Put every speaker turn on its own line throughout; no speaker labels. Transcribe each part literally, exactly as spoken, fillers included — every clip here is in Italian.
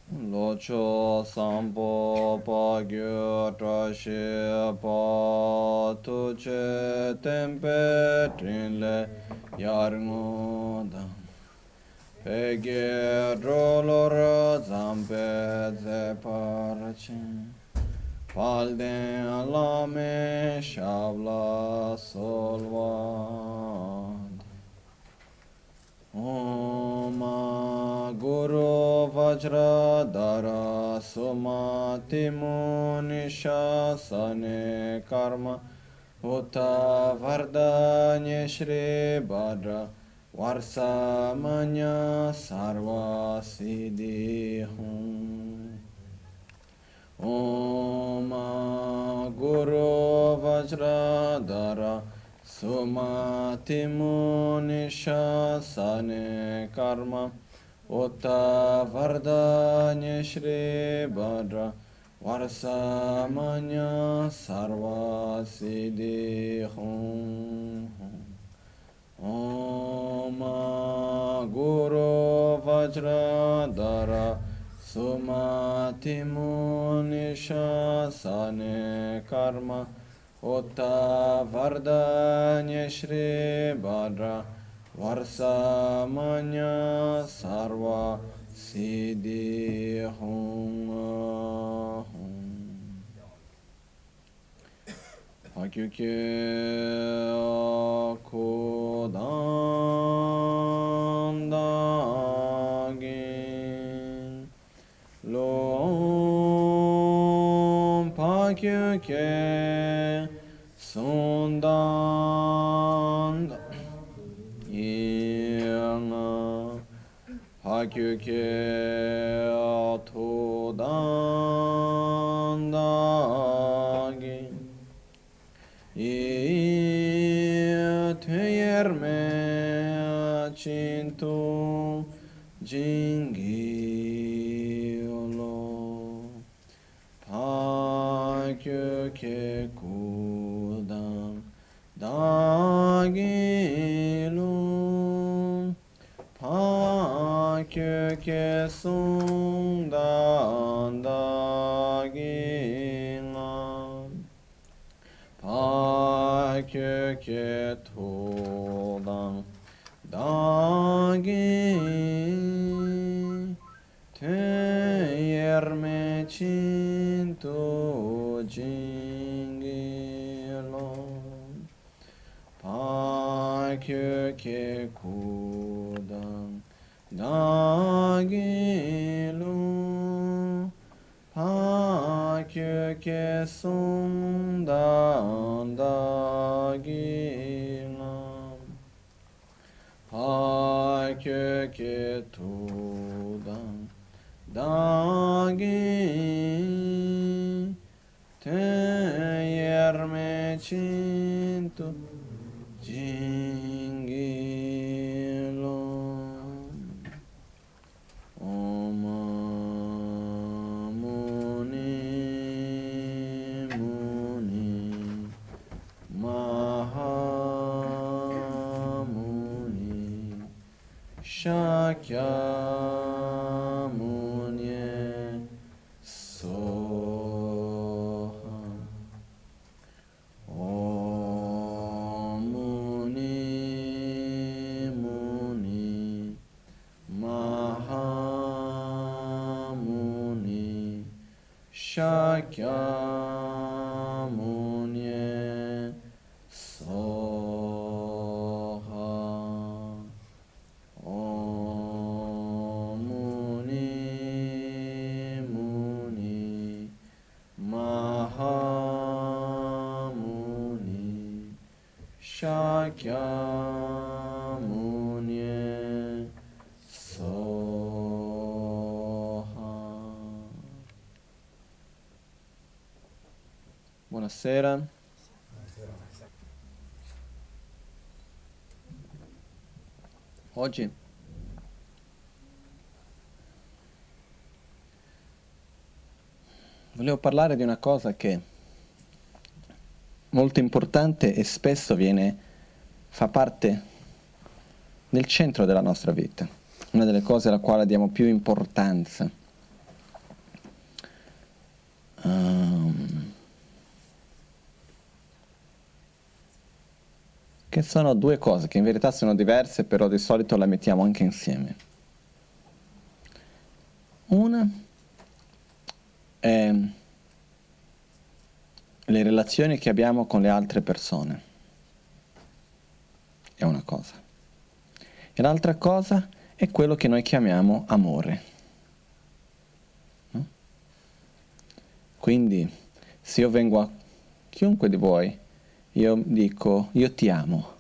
Locho sampo pa gyu trashi pa tu che tempe trinle yarngo dang. Pege drolor zampe ze parachin. Palden alame shabla solvad. Om Guru Vajradhara Sumati Munisha Sane Karma Uta Vardanya Shri Bhadra Varsamanya Sarva Siddhi Hum. Om Guru Vajradhara Sumati Munisha Sane Karma Uta Vardanya Shri Bhadra Varsamanya Sarva Siddhi Hum. Om Guru Vajradhara Sumati Munisha Sane Karma Uta Vardanya Shri Bhadra Varsamanya Sarva Siddhi Hum. Hakyuke Kodan Dagin Lom Pakyuke Sundan Yanga Hakyuke Todan Dagin Teyerme Cintu Jingiolo Pakyuke Kudam Dagilum Pakyuke Sundan Dagilam Pakyuke Todam Dagi Teyerme Cintu Jingilom Pakyuke Kudam Dagilum Pakyuke Sundan Dagilam Pakyuke Tudam Dagi Teyerme Cintu Jingilom Om Muni Muni Mahamuni Shakyamuni Soham Om Muni Muni Mahamuni Shakyamuni Soha Om Muni Muni Mahamuni Shakyamuni Soha. Buonasera. Oggi volevo parlare di una cosa che è molto importante e spesso viene, fa parte del centro della nostra vita, una delle cose alla quale diamo più importanza. um, che sono due cose che in verità sono diverse, però di solito le mettiamo anche insieme. Una è le relazioni che abbiamo con le altre persone, è una cosa. E l'altra cosa è quello che noi chiamiamo amore. No? Quindi, se io vengo a chiunque di voi, io dico, io ti amo.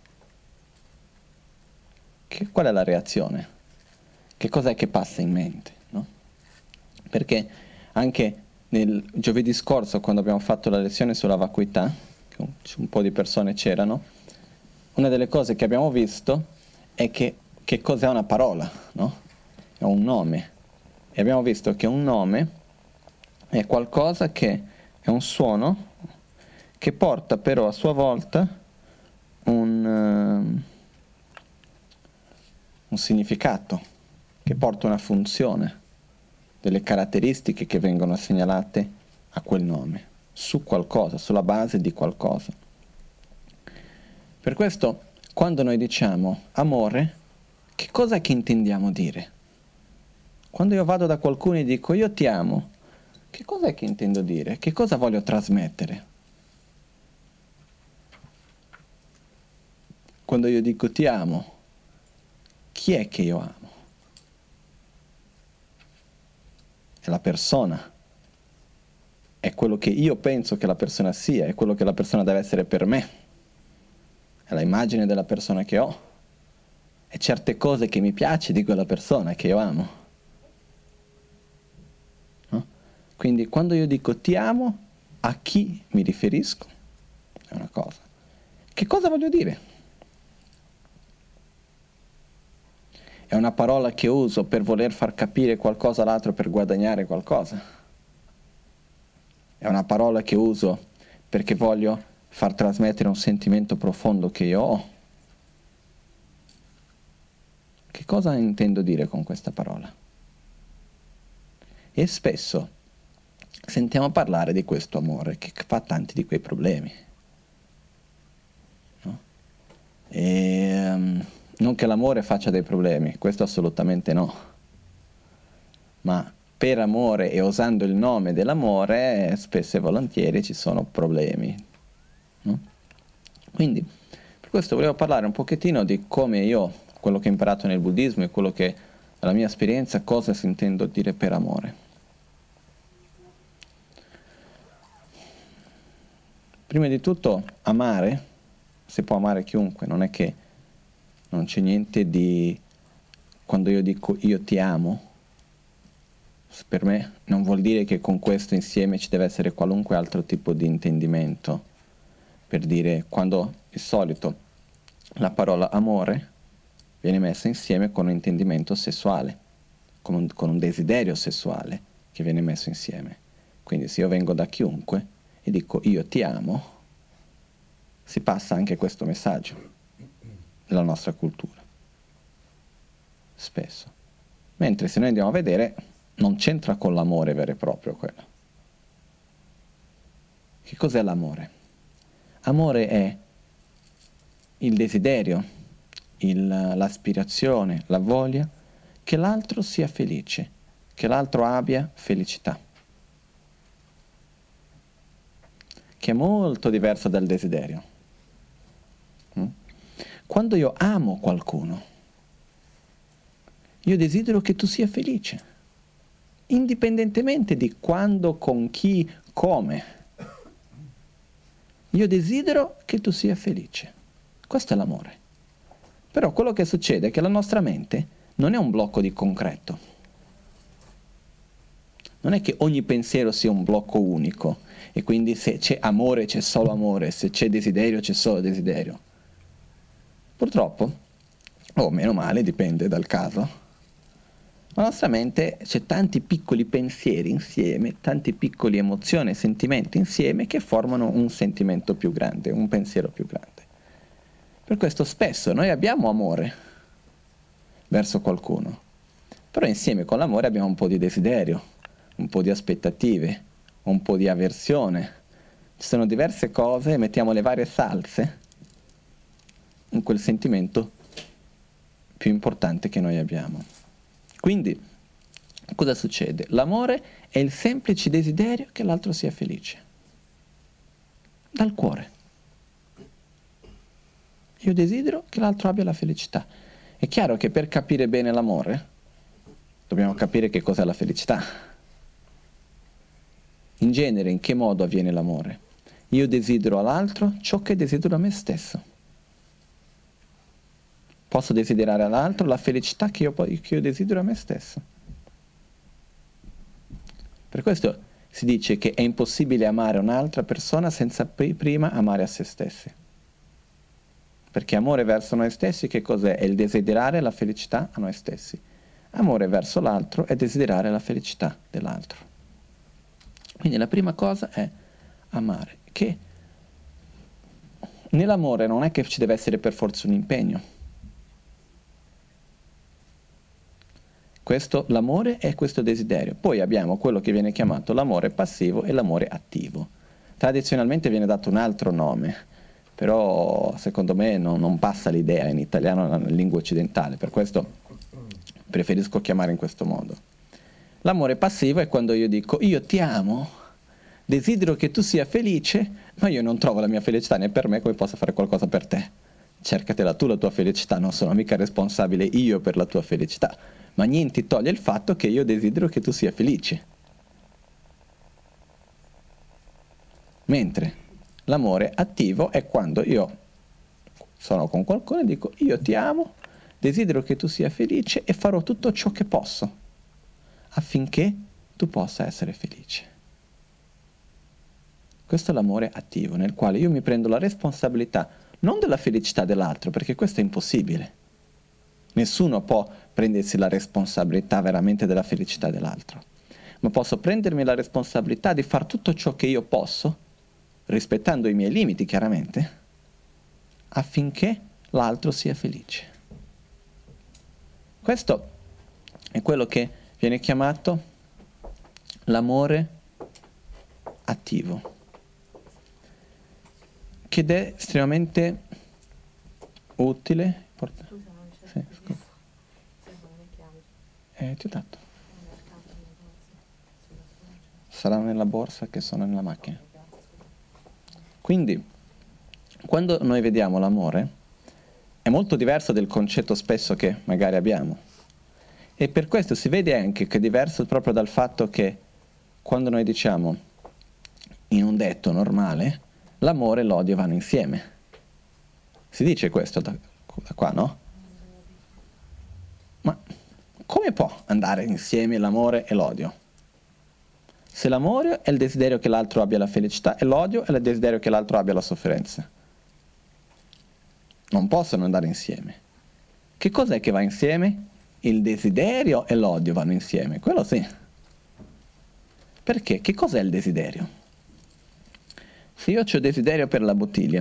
Che, qual è la reazione? Che cos'è che passa in mente? No? Perché anche nel giovedì scorso, quando abbiamo fatto la lezione sulla vacuità, che un, un po' di persone c'erano, una delle cose che abbiamo visto è che, che cos'è una parola, no? È un nome. E abbiamo visto che un nome è qualcosa che è un suono che porta però a sua volta un, uh, un significato, che porta una funzione, delle caratteristiche che vengono segnalate a quel nome, su qualcosa, sulla base di qualcosa. Per questo, quando noi diciamo amore, che cosa è che intendiamo dire? Quando io vado da qualcuno e dico io ti amo, che cosa è che intendo dire? Che cosa voglio trasmettere? Quando io dico ti amo, chi è che io amo? È la persona. È quello che io penso che la persona sia, è quello che la persona deve essere per me. È l'immagine della persona che ho. È certe cose che mi piace di quella persona che io amo. No? Quindi quando io dico ti amo, a chi mi riferisco? È una cosa. Che cosa voglio dire? È una parola che uso per voler far capire qualcosa all'altro per guadagnare qualcosa? È una parola che uso perché voglio far trasmettere un sentimento profondo che io ho? Che cosa intendo dire con questa parola? E spesso sentiamo parlare di questo amore che fa tanti di quei problemi. No? E um, non che l'amore faccia dei problemi, questo assolutamente no. Ma per amore e usando il nome dell'amore, spesso e volentieri ci sono problemi. No? Quindi, per questo volevo parlare un pochettino di come io, quello che ho imparato nel buddismo e quello che è la mia esperienza, cosa si intendo dire per amore. Prima di tutto, amare, si può amare chiunque, non è che non c'è niente di, quando io dico io ti amo, per me non vuol dire che con questo insieme ci deve essere qualunque altro tipo di intendimento, per dire quando è solito la parola amore viene messa insieme con un intendimento sessuale, con un, con un desiderio sessuale che viene messo insieme. Quindi se io vengo da chiunque e dico io ti amo, si passa anche questo messaggio nella nostra cultura, spesso. Mentre se noi andiamo a vedere, non c'entra con l'amore vero e proprio quello. Che cos'è l'amore? Amore è il desiderio, il, l'aspirazione, la voglia che l'altro sia felice, che l'altro abbia felicità, che è molto diverso dal desiderio. Quando io amo qualcuno, io desidero che tu sia felice, indipendentemente di quando, con chi, come. Io desidero che tu sia felice. Questo è l'amore. Però quello che succede è che la nostra mente non è un blocco di concreto. Non è che ogni pensiero sia un blocco unico e quindi se c'è amore c'è solo amore, se c'è desiderio c'è solo desiderio. Purtroppo, o meno male, dipende dal caso, la nostra mente c'è tanti piccoli pensieri insieme, tanti piccoli emozioni e sentimenti insieme che formano un sentimento più grande, un pensiero più grande. Per questo spesso noi abbiamo amore verso qualcuno, però insieme con l'amore abbiamo un po' di desiderio, un po' di aspettative, un po' di avversione. Ci sono diverse cose, mettiamo le varie salse in quel sentimento più importante che noi abbiamo. Quindi, cosa succede? L'amore è il semplice desiderio che l'altro sia felice. Dal cuore. Io desidero che l'altro abbia la felicità. È chiaro che per capire bene l'amore dobbiamo capire che cos'è la felicità. In genere, in che modo avviene l'amore? Io desidero all'altro ciò che desidero a me stesso. Posso desiderare all'altro la felicità che io, che io desidero a me stesso. Per questo si dice che è impossibile amare un'altra persona senza prima amare a se stessi. Perché amore verso noi stessi che cos'è? È il desiderare la felicità a noi stessi. Amore verso l'altro è desiderare la felicità dell'altro. Quindi la prima cosa è amare, che nell'amore non è che ci deve essere per forza un impegno. Questo, l'amore è questo desiderio. Poi abbiamo quello che viene chiamato l'amore passivo e l'amore attivo. Tradizionalmente viene dato un altro nome, però secondo me non, non passa l'idea in italiano, nella lingua occidentale, per questo preferisco chiamare in questo modo. L'amore passivo è quando io dico io ti amo, desidero che tu sia felice, ma io non trovo la mia felicità né per me come posso fare qualcosa per te. Cercatela tu la tua felicità, non sono mica responsabile io per la tua felicità, ma niente toglie il fatto che io desidero che tu sia felice. Mentre l'amore attivo è quando io sono con qualcuno e dico io ti amo, desidero che tu sia felice e farò tutto ciò che posso affinché tu possa essere felice. Questo è l'amore attivo, nel quale io mi prendo la responsabilità non della felicità dell'altro, perché questo è impossibile. Nessuno può prendersi la responsabilità veramente della felicità dell'altro, ma posso prendermi la responsabilità di fare tutto ciò che io posso, rispettando i miei limiti chiaramente, affinché l'altro sia felice. Questo è quello che viene chiamato l'amore attivo, ed è estremamente utile. Porta...
Scusa, non c'è
sì, scusa. Eh, ti ho dato. Sarà nella borsa che sono nella macchina. Quindi, quando noi vediamo l'amore, è molto diverso del concetto spesso che magari abbiamo. E per questo si vede anche che è diverso proprio dal fatto che quando noi diciamo in un detto normale, l'amore e l'odio vanno insieme. Si dice questo da, da qua, no? Ma come può andare insieme l'amore e l'odio? Se l'amore è il desiderio che l'altro abbia la felicità e l'odio è il desiderio che l'altro abbia la sofferenza. Non possono andare insieme. Che cos'è che va insieme? Il desiderio e l'odio vanno insieme, quello sì. Perché? Che cos'è il desiderio? Se io ho desiderio per la bottiglia,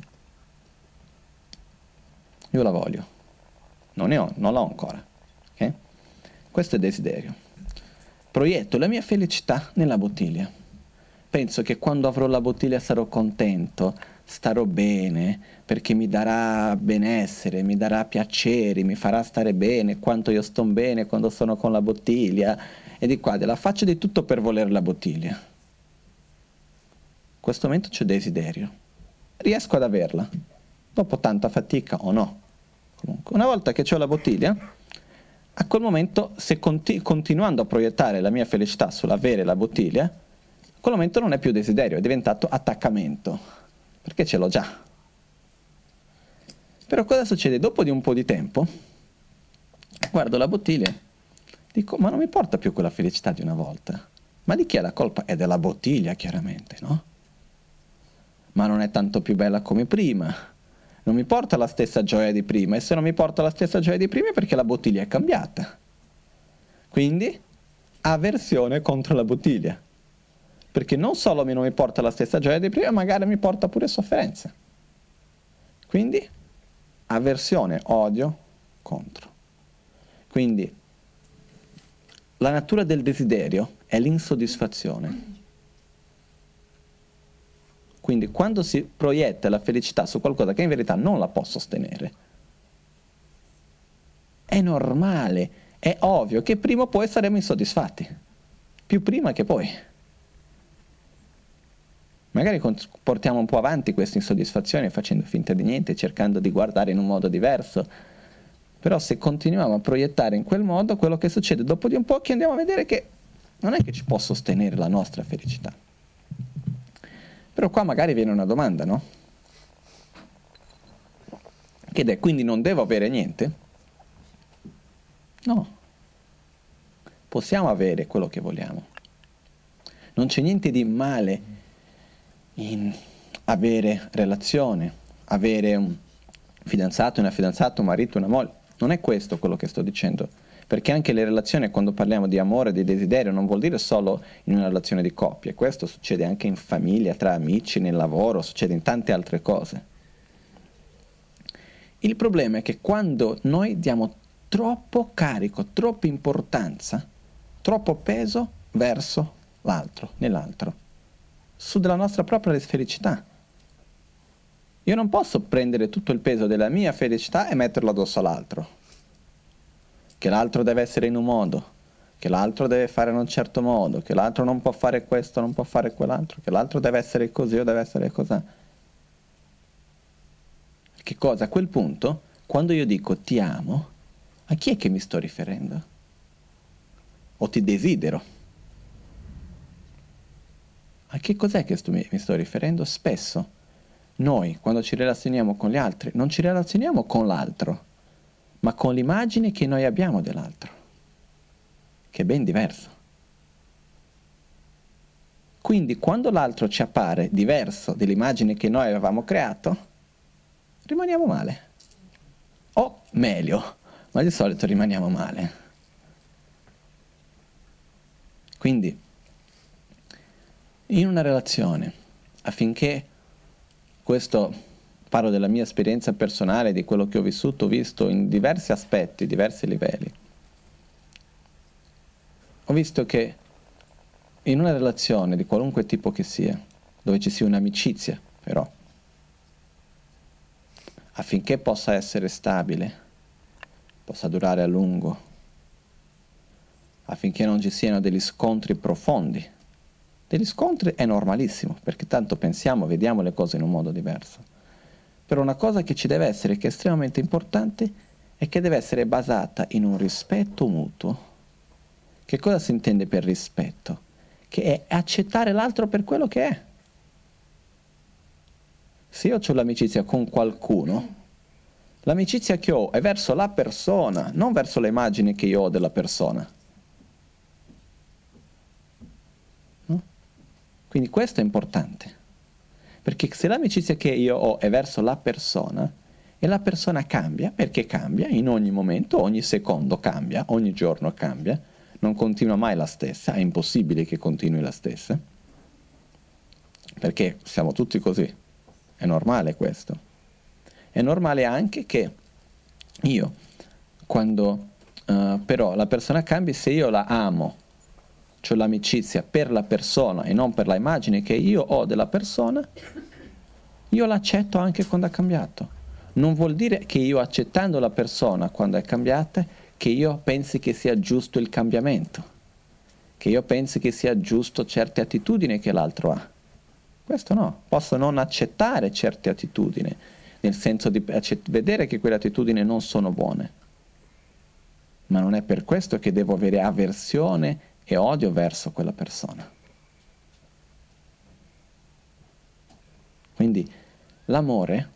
io la voglio, non ne ho, non l'ho ancora, ok? Questo è desiderio. Proietto la mia felicità nella bottiglia. Penso che quando avrò la bottiglia sarò contento, starò bene, perché mi darà benessere, mi darà piacere, mi farà stare bene, quanto io sto bene quando sono con la bottiglia, e di qua, la faccio di tutto per volere la bottiglia. In questo momento c'è desiderio. Riesco ad averla, dopo tanta fatica o no. Comunque, una volta che ho la bottiglia, a quel momento, se conti- continuando a proiettare la mia felicità sull'avere la bottiglia, a quel momento non è più desiderio, è diventato attaccamento, perché ce l'ho già. Però cosa succede? Dopo di un po' di tempo, guardo la bottiglia, dico, ma non mi porta più quella felicità di una volta. Ma di chi è la colpa? È della bottiglia, chiaramente, no? Ma non è tanto più bella come prima, non mi porta la stessa gioia di prima, e se non mi porta la stessa gioia di prima è perché la bottiglia è cambiata. Quindi, avversione contro la bottiglia, perché non solo non mi porta la stessa gioia di prima, magari mi porta pure sofferenza. Quindi, avversione, odio, contro. Quindi, la natura del desiderio è l'insoddisfazione. Quindi quando si proietta la felicità su qualcosa che in verità non la può sostenere, è normale, è ovvio che prima o poi saremo insoddisfatti, più prima che poi. Magari portiamo un po' avanti questa insoddisfazione facendo finta di niente, cercando di guardare in un modo diverso, però se continuiamo a proiettare in quel modo, quello che succede dopo di un po' è che andiamo a vedere che non è che ci può sostenere la nostra felicità. Però qua magari viene una domanda, no? Che è, quindi non devo avere niente? No. Possiamo avere quello che vogliamo. Non c'è niente di male in avere relazione, avere un fidanzato, una fidanzata, un marito, una moglie. Non è questo quello che sto dicendo, perché anche le relazioni, quando parliamo di amore, di desiderio, non vuol dire solo in una relazione di coppia, questo succede anche in famiglia, tra amici, nel lavoro, succede in tante altre cose. Il problema è che quando noi diamo troppo carico, troppa importanza, troppo peso verso l'altro, nell'altro, su della nostra propria felicità. Io non posso prendere tutto il peso della mia felicità e metterlo addosso all'altro. Che l'altro deve essere in un modo, che l'altro deve fare in un certo modo, che l'altro non può fare questo, non può fare quell'altro, che l'altro deve essere così o deve essere così. Che cosa? A quel punto, quando io dico ti amo, a chi è che mi sto riferendo? O ti desidero? A che cos'è che sto, mi, mi sto riferendo? Spesso noi, quando ci relazioniamo con gli altri, non ci relazioniamo con l'altro, ma con l'immagine che noi abbiamo dell'altro, che è ben diverso. Quindi, quando l'altro ci appare diverso dell'immagine che noi avevamo creato, rimaniamo male. O meglio, ma di solito rimaniamo male. Quindi, in una relazione, affinché questo, parlo della mia esperienza personale, di quello che ho vissuto, visto in diversi aspetti, diversi livelli, ho visto che in una relazione di qualunque tipo che sia, dove ci sia un'amicizia, però, affinché possa essere stabile, possa durare a lungo, affinché non ci siano degli scontri profondi. Degli scontri è normalissimo, perché tanto pensiamo, vediamo le cose in un modo diverso. Però una cosa che ci deve essere, che è estremamente importante, è che deve essere basata in un rispetto mutuo. Che cosa si intende per rispetto? Che è accettare l'altro per quello che è. Se io ho l'amicizia con qualcuno, l'amicizia che ho è verso la persona, non verso le immagini che io ho della persona. No? Quindi questo è importante. Perché se l'amicizia che io ho è verso la persona, e la persona cambia, perché cambia in ogni momento, ogni secondo cambia, ogni giorno cambia, non continua mai la stessa, è impossibile che continui la stessa, perché siamo tutti così, è normale questo. È normale anche che io, quando uh, però la persona cambia, se io la amo, cioè l'amicizia per la persona e non per la immagine che io ho della persona, io l'accetto anche quando ha cambiato. Non vuol dire che io accettando la persona quando è cambiata, che io pensi che sia giusto il cambiamento, che io pensi che sia giusto certe attitudini che l'altro ha. Questo no, posso non accettare certe attitudini, nel senso di vedere che quelle attitudini non sono buone, ma non è per questo che devo avere avversione e odio verso quella persona. Quindi l'amore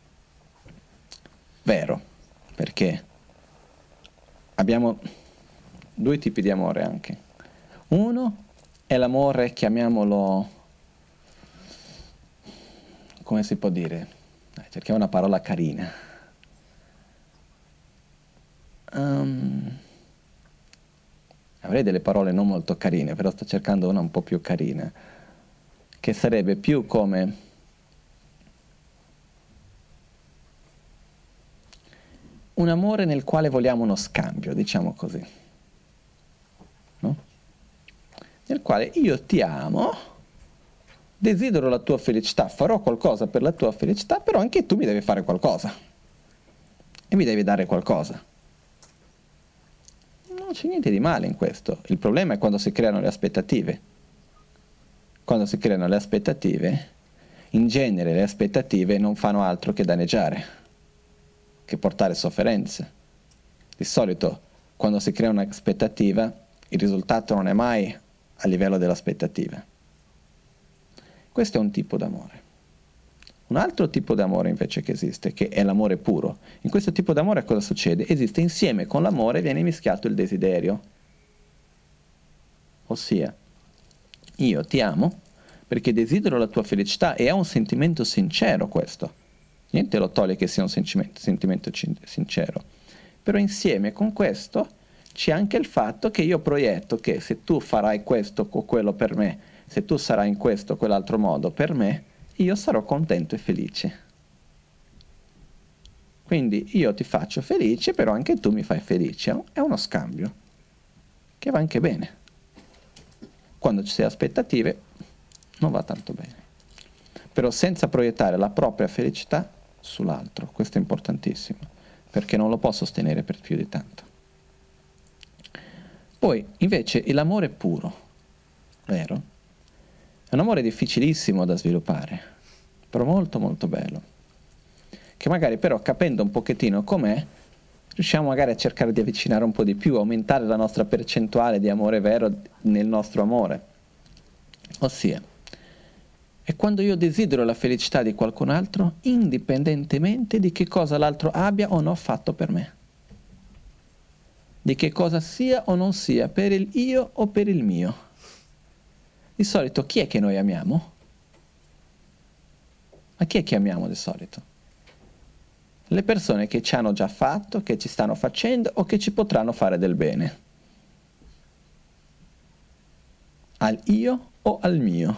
vero, perché abbiamo due tipi di amore anche. Uno è l'amore, chiamiamolo, come si può dire? Dai, cerchiamo una parola carina. Um, avrei delle parole non molto carine, però sto cercando una un po' più carina, che sarebbe più come un amore nel quale vogliamo uno scambio, diciamo così, no? Nel quale io ti amo, desidero la tua felicità, farò qualcosa per la tua felicità, però anche tu mi devi fare qualcosa e mi devi dare qualcosa. Non c'è niente di male in questo, il problema è quando si creano le aspettative. Quando si creano le aspettative, in genere le aspettative non fanno altro che danneggiare, che portare sofferenze. Di solito, quando si crea un'aspettativa, il risultato non è mai a livello dell'aspettativa. Questo è un tipo d'amore. Un altro tipo d'amore invece che esiste, che è l'amore puro. In questo tipo d'amore cosa succede? Esiste insieme con l'amore viene mischiato il desiderio. Ossia, io ti amo perché desidero la tua felicità e è un sentimento sincero questo. Niente lo toglie che sia un sentimento, sentimento sincero. Però insieme con questo c'è anche il fatto che io proietto che se tu farai questo o quello per me, se tu sarai in questo o quell'altro modo per me, io sarò contento e felice. Quindi io ti faccio felice, però anche tu mi fai felice. È uno scambio che va anche bene. Quando ci sono aspettative non va tanto bene. Però senza proiettare la propria felicità sull'altro. Questo è importantissimo, perché non lo può sostenere per più di tanto. Poi, invece, l'amore puro, vero? È un amore difficilissimo da sviluppare, però molto molto bello, che magari però capendo un pochettino com'è, riusciamo magari a cercare di avvicinare un po' di più, aumentare la nostra percentuale di amore vero nel nostro amore. Ossia, è quando io desidero la felicità di qualcun altro, indipendentemente di che cosa l'altro abbia o no fatto per me. Di che cosa sia o non sia, per il io o per il mio. Di solito chi è che noi amiamo? Ma chi è che amiamo di solito? Le persone che ci hanno già fatto, che ci stanno facendo o che ci potranno fare del bene. Al io o al mio?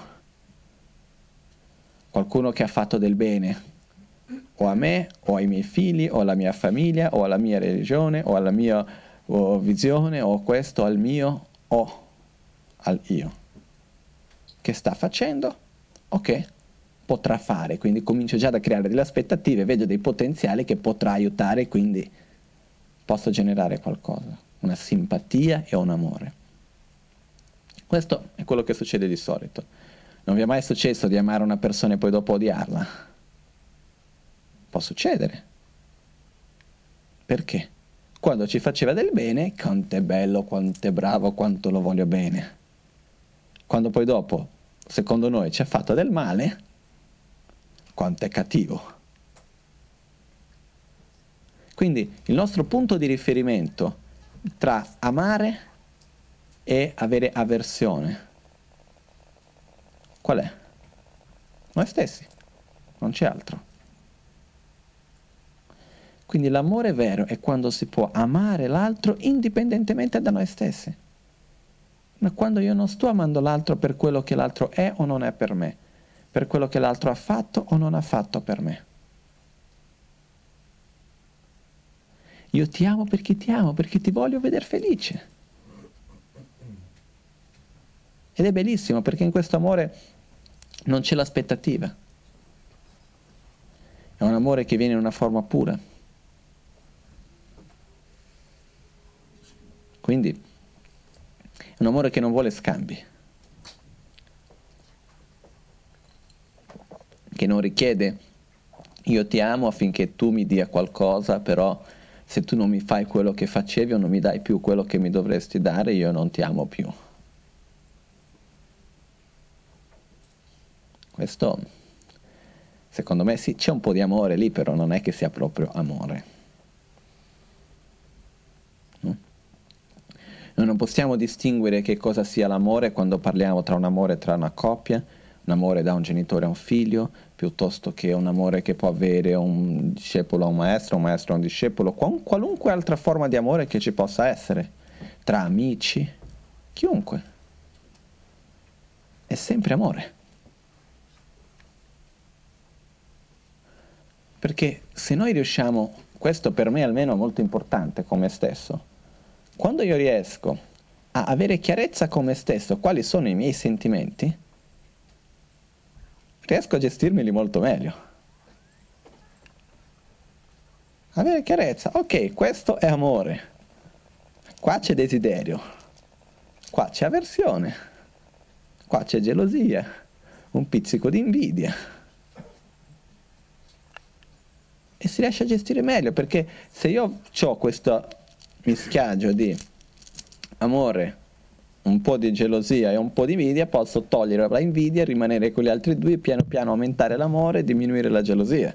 Qualcuno che ha fatto del bene o a me o ai miei figli o alla mia famiglia o alla mia religione o alla mia o visione o questo al mio o al io. Che sta facendo? Ok, potrà fare, quindi comincio già da creare delle aspettative, vedo dei potenziali che potrà aiutare, quindi posso generare qualcosa, una simpatia e un amore. Questo è quello che succede di solito. Non vi è mai successo di amare una persona e poi dopo odiarla? Può succedere. Perché? Quando ci faceva del bene, quanto è bello, quanto è bravo, quanto lo voglio bene. Quando poi dopo, secondo noi, ci ha fatto del male, quanto è cattivo. Quindi il nostro punto di riferimento tra amare e avere avversione, qual è? Noi stessi, non c'è altro. Quindi l'amore vero è quando si può amare l'altro indipendentemente da noi stessi. Ma quando io non sto amando l'altro per quello che l'altro è o non è per me, per quello che l'altro ha fatto o non ha fatto per me. Io ti amo perché ti amo, perché ti voglio vedere felice. Ed è bellissimo perché in questo amore non c'è l'aspettativa. È un amore che viene in una forma pura. Quindi è un amore che non vuole scambi, che non richiede io ti amo affinché tu mi dia qualcosa, però se tu non mi fai quello che facevi o non mi dai più quello che mi dovresti dare, io non ti amo più. Questo, secondo me, sì, c'è un po' di amore lì, però non è che sia proprio amore. No? Noi non possiamo distinguere che cosa sia l'amore quando parliamo tra un amore tra una coppia, un amore da un genitore a un figlio, piuttosto che un amore che può avere un discepolo a un maestro, un maestro a un discepolo, qualunque altra forma di amore che ci possa essere, tra amici, chiunque. È sempre amore. Perché se noi riusciamo, questo per me almeno è molto importante con me stesso, quando io riesco a avere chiarezza con me stesso quali sono i miei sentimenti, riesco a gestirmeli molto meglio. Avere chiarezza, ok, questo è amore, qua c'è desiderio, qua c'è avversione, qua c'è gelosia, un pizzico di invidia. E si riesce a gestire meglio, perché se io ho questo mischiaggio di amore, un po' di gelosia e un po' di invidia, posso togliere la invidia, rimanere con gli altri due, piano piano aumentare l'amore e diminuire la gelosia.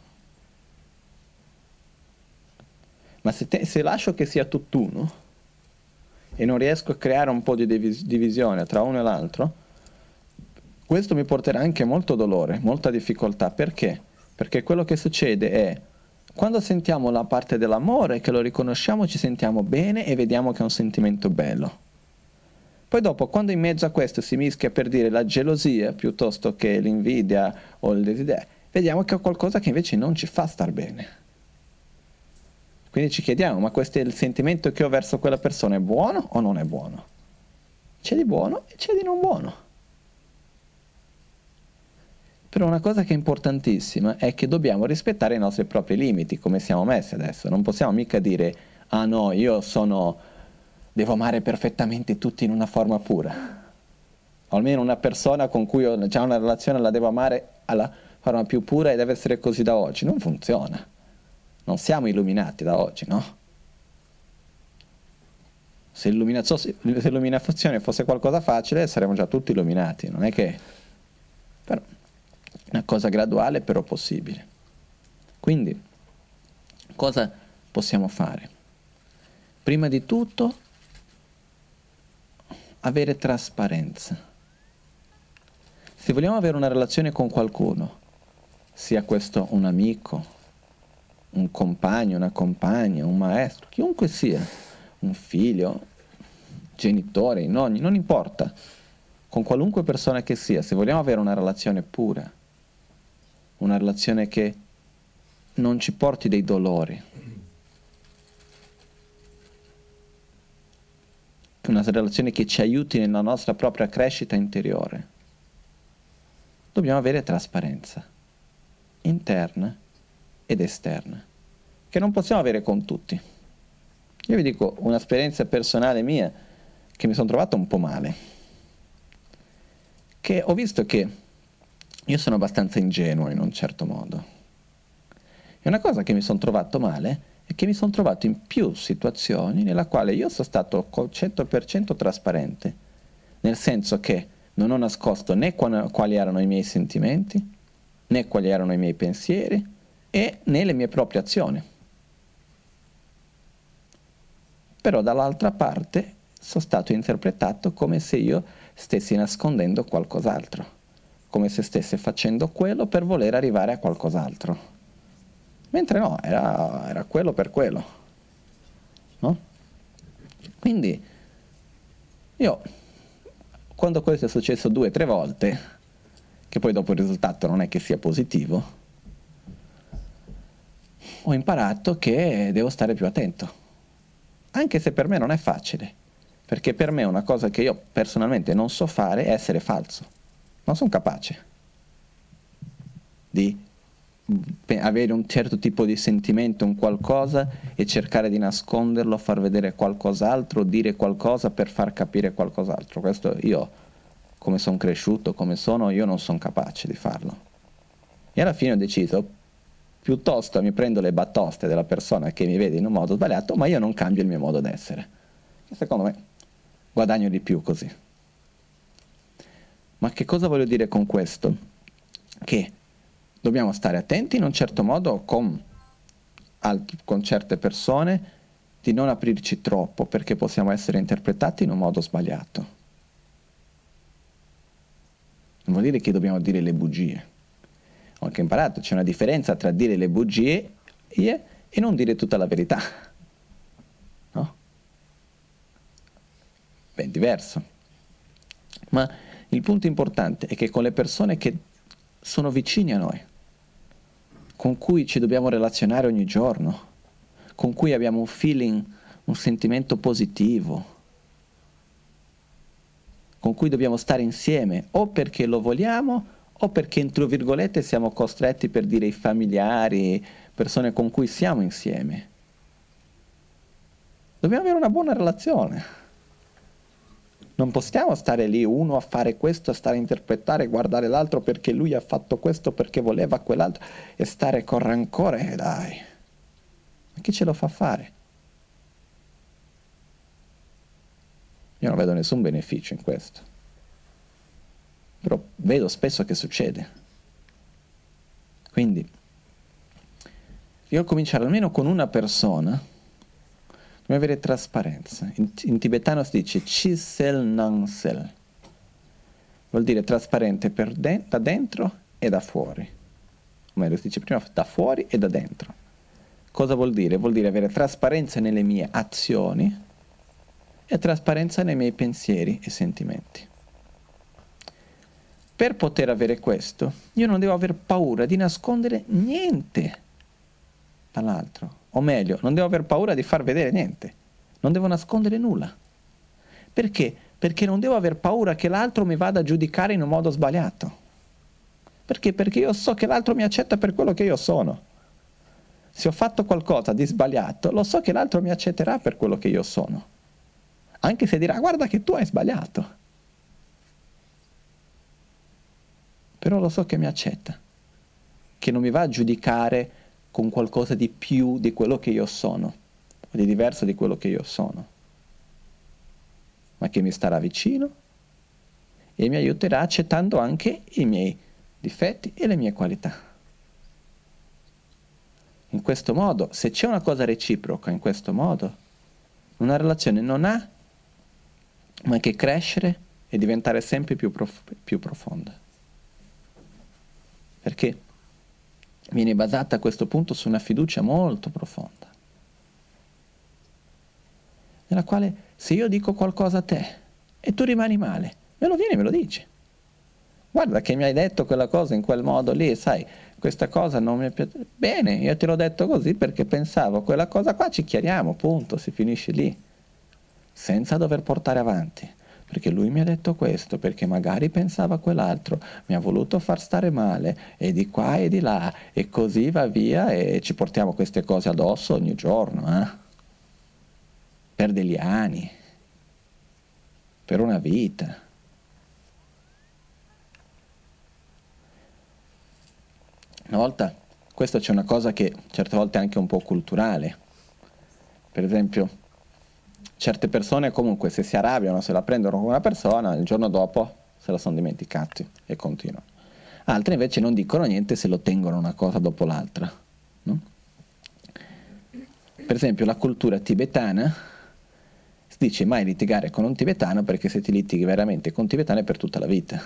Ma se, te, se lascio che sia tutt'uno e non riesco a creare un po' di divis- divisione tra uno e l'altro, questo mi porterà anche molto dolore, molta difficoltà. Perché? Perché quello che succede è, quando sentiamo la parte dell'amore, che lo riconosciamo, ci sentiamo bene e vediamo che è un sentimento bello. Poi dopo, quando in mezzo a questo si mischia, per dire, la gelosia piuttosto che l'invidia o il desiderio, vediamo che è qualcosa che invece non ci fa star bene. Quindi ci chiediamo, ma questo è il sentimento che ho verso quella persona, è buono o non è buono? C'è di buono e c'è di non buono. Però una cosa che è importantissima è che dobbiamo rispettare i nostri propri limiti, come siamo messi adesso. Non possiamo mica dire, ah no, io sono, devo amare perfettamente tutti in una forma pura. O almeno una persona con cui ho già una relazione la devo amare alla forma più pura e deve essere così da oggi. Non funziona. Non siamo illuminati da oggi, no? Se l'illuminazione fosse qualcosa facile, saremmo già tutti illuminati, non è che... Però, una cosa graduale, però possibile. Quindi, cosa possiamo fare? Prima di tutto, avere trasparenza. Se vogliamo avere una relazione con qualcuno, sia questo un amico, un compagno, una compagna, un maestro, chiunque sia, un figlio, genitore, i nonni, non importa, con qualunque persona che sia, se vogliamo avere una relazione pura, una relazione che non ci porti dei dolori, una relazione che ci aiuti nella nostra propria crescita interiore, dobbiamo avere trasparenza, interna ed esterna, che non possiamo avere con tutti. Io vi dico un'esperienza personale mia che mi sono trovato un po' male, che ho visto che io sono abbastanza ingenuo in un certo modo. E una cosa che mi sono trovato male è che mi sono trovato in più situazioni nella quale io sono stato cento per cento trasparente, nel senso che non ho nascosto né quali erano i miei sentimenti, né quali erano i miei pensieri, e né le mie proprie azioni. Però dall'altra parte sono stato interpretato come se io stessi nascondendo qualcos'altro, come se stessi facendo quello per voler arrivare a qualcos'altro. Mentre no, era, era quello per quello. No? Quindi io, quando questo è successo due o tre volte, che poi dopo il risultato non è che sia positivo, ho imparato che devo stare più attento. Anche se per me non è facile, perché per me una cosa che io personalmente non so fare è essere falso. Non sono capace di avere un certo tipo di sentimento, un qualcosa, e cercare di nasconderlo, far vedere qualcos'altro, dire qualcosa per far capire qualcos'altro. Questo io, come sono cresciuto, come sono, io non sono capace di farlo. E alla fine ho deciso, piuttosto mi prendo le batoste della persona che mi vede in un modo sbagliato, ma io non cambio il mio modo d'essere. E secondo me guadagno di più così. Ma che cosa voglio dire con questo? Che dobbiamo stare attenti in un certo modo con, alt- con certe persone, di non aprirci troppo, perché possiamo essere interpretati in un modo sbagliato. Non vuol dire che dobbiamo dire le bugie. Ho anche imparato, c'è una differenza tra dire le bugie e non dire tutta la verità. No? Ben diverso. Ma il punto importante è che con le persone che sono vicine a noi, con cui ci dobbiamo relazionare ogni giorno, con cui abbiamo un feeling, un sentimento positivo, con cui dobbiamo stare insieme o perché lo vogliamo o perché, entro virgolette, siamo costretti per dire i familiari, persone con cui siamo insieme. Dobbiamo avere una buona relazione. Non possiamo stare lì uno a fare questo, a stare a interpretare, guardare l'altro perché lui ha fatto questo, perché voleva quell'altro, e stare con rancore, eh, dai. Ma chi ce lo fa fare? Io non vedo nessun beneficio in questo. Però vedo spesso che succede. Quindi, io cominciare almeno con una persona, dobbiamo avere trasparenza. In, in tibetano si dice Chisel Nangsel. Vuol dire trasparente per de- da dentro e da fuori. O meglio, si dice prima da fuori e da dentro. Cosa vuol dire? Vuol dire avere trasparenza nelle mie azioni e trasparenza nei miei pensieri e sentimenti. Per poter avere questo, io non devo aver paura di nascondere niente dall'altro. O meglio, non devo aver paura di far vedere niente. Non devo nascondere nulla. Perché? Perché non devo aver paura che l'altro mi vada a giudicare in un modo sbagliato. Perché? Perché io so che l'altro mi accetta per quello che io sono. Se ho fatto qualcosa di sbagliato, lo so che l'altro mi accetterà per quello che io sono. Anche se dirà, guarda che tu hai sbagliato. Però lo so che mi accetta. Che non mi va a giudicare con qualcosa di più di quello che io sono, o di diverso di quello che io sono. Ma che mi starà vicino e mi aiuterà accettando anche i miei difetti e le mie qualità. In questo modo, se c'è una cosa reciproca in questo modo, una relazione non ha ma che crescere e diventare sempre più, prof- più profonda. Perché viene basata a questo punto su una fiducia molto profonda, nella quale se io dico qualcosa a te e tu rimani male, me lo vieni e me lo dici. Guarda che mi hai detto quella cosa in quel modo lì, sai, questa cosa non mi è piaciuta. Bene, io te l'ho detto così perché pensavo quella cosa qua, ci chiariamo, punto, si finisce lì, senza dover portare avanti. Perché lui mi ha detto questo, perché magari pensava quell'altro, mi ha voluto far stare male, e di qua e di là, e così va via, e ci portiamo queste cose addosso ogni giorno, eh? Per degli anni, per una vita. Una volta, questo c'è una cosa che certe volte è anche un po' culturale. Per esempio, certe persone comunque se si arrabbiano, se la prendono con una persona, il giorno dopo se la sono dimenticati e continuano. Altre invece non dicono niente se lo tengono una cosa dopo l'altra, no? Per esempio la cultura tibetana si dice mai litigare con un tibetano perché se ti litighi veramente con un tibetano è per tutta la vita.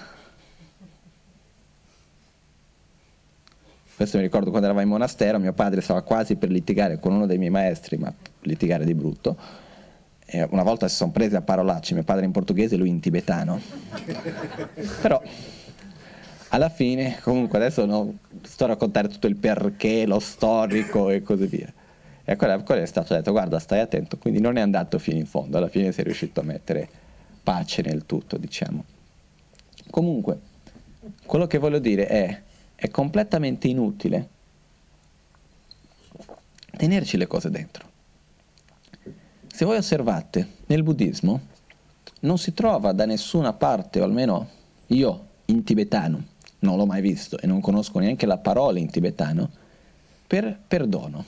Questo mi ricordo quando eravamo in monastero, mio padre stava quasi per litigare con uno dei miei maestri, ma litigare di brutto. E una volta si sono presi a parolacce, mio padre in portoghese e lui in tibetano. Però alla fine, comunque adesso non sto a raccontare tutto il perché, lo storico e così via. E quello, quello è stato detto, guarda, stai attento, quindi non è andato fino in fondo, alla fine si è riuscito a mettere pace nel tutto, diciamo. Comunque, quello che voglio dire è, è completamente inutile tenerci le cose dentro. Se voi osservate, nel buddismo non si trova da nessuna parte, o almeno io in tibetano, non l'ho mai visto e non conosco neanche la parola in tibetano, per perdono.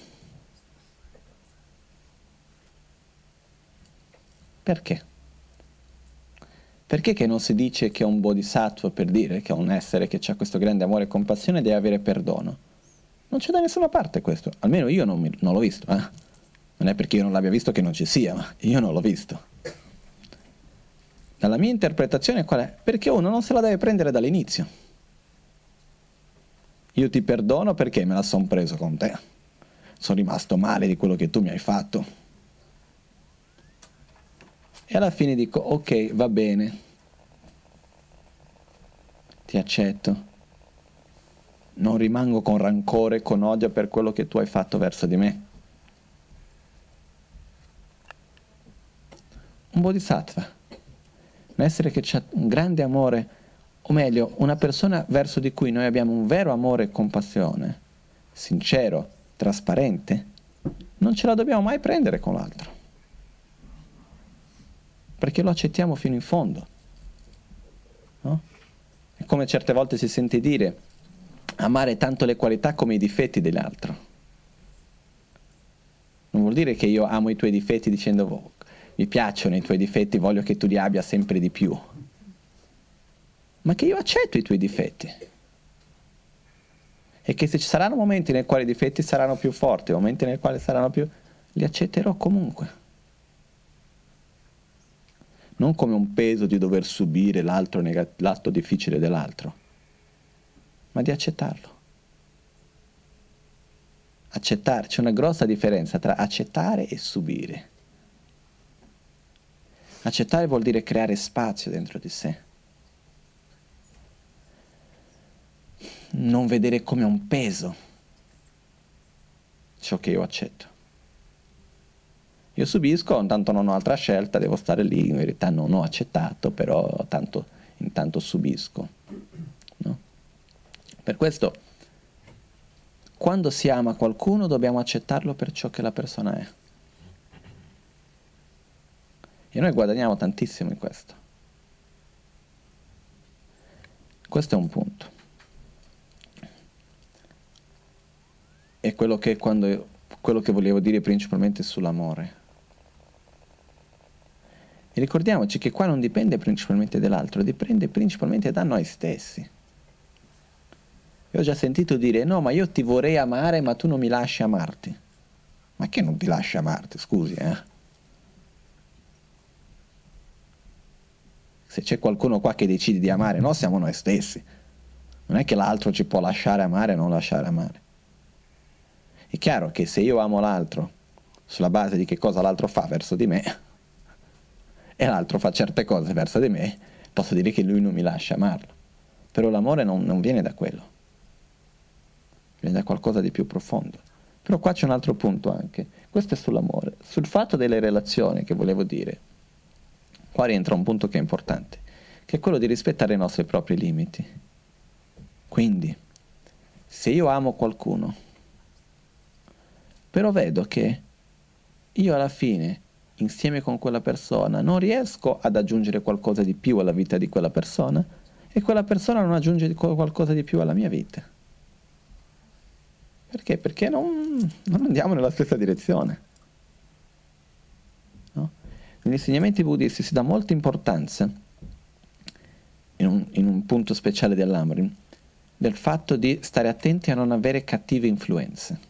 Perché? Perché che non si dice che è un bodhisattva, per dire che è un essere che ha questo grande amore e compassione, deve avere perdono? Non c'è da nessuna parte questo, almeno io non, mi, non l'ho visto, eh? Non è perché io non l'abbia visto che non ci sia, ma io non l'ho visto. Dalla mia interpretazione qual è? Perché uno non se la deve prendere dall'inizio. Io ti perdono perché me la son preso con te. Sono rimasto male di quello che tu mi hai fatto. E alla fine dico, ok, va bene. Ti accetto. Non rimango con rancore, con odio per quello che tu hai fatto verso di me. Un bodhisattva. Un essere che ha un grande amore o meglio, una persona verso di cui noi abbiamo un vero amore e compassione, sincero, trasparente, non ce la dobbiamo mai prendere con l'altro, perché lo accettiamo fino in fondo, no? È come certe volte si sente dire, amare tanto le qualità come i difetti dell'altro. Non vuol dire che io amo i tuoi difetti dicendo, oh, mi piacciono i tuoi difetti, voglio che tu li abbia sempre di più, ma che io accetto i tuoi difetti. E che se ci saranno momenti nei quali i difetti saranno più forti, momenti nei quali saranno più... li accetterò comunque. Non come un peso di dover subire l'altro negat- l'atto difficile dell'altro, ma di accettarlo. Accettare, c'è una grossa differenza tra accettare e subire. Accettare vuol dire creare spazio dentro di sé. Non vedere come un peso ciò che io accetto. Io subisco, tanto non ho altra scelta, devo stare lì, in verità non ho accettato, però tanto, intanto subisco. No? Per questo, quando si ama qualcuno dobbiamo accettarlo per ciò che la persona è. E noi guadagniamo tantissimo in questo. Questo è un punto. È quello che, quando, quello che volevo dire principalmente sull'amore. E ricordiamoci che qua non dipende principalmente dall'altro, dipende principalmente da noi stessi. Io ho già sentito dire, no, ma io ti vorrei amare, ma tu non mi lasci amarti. Ma che non ti lasci amarti, scusi, eh? Se c'è qualcuno qua che decide di amare, no, siamo noi stessi. Non è che l'altro ci può lasciare amare o non lasciare amare. È chiaro che se io amo l'altro sulla base di che cosa l'altro fa verso di me, e l'altro fa certe cose verso di me, posso dire che lui non mi lascia amarlo. Però l'amore non, non viene da quello, viene da qualcosa di più profondo. Però qua c'è un altro punto anche, questo è sull'amore, sul fatto delle relazioni che volevo dire. Qua rientra un punto che è importante, che è quello di rispettare i nostri propri limiti. Quindi, se io amo qualcuno, però vedo che io alla fine, insieme con quella persona, non riesco ad aggiungere qualcosa di più alla vita di quella persona, e quella persona non aggiunge qualcosa di più alla mia vita. Perché? Perché non, non andiamo nella stessa direzione. No? Negli insegnamenti buddisti si dà molta importanza, in un, in un punto speciale dell'Amrim, del fatto di stare attenti a non avere cattive influenze.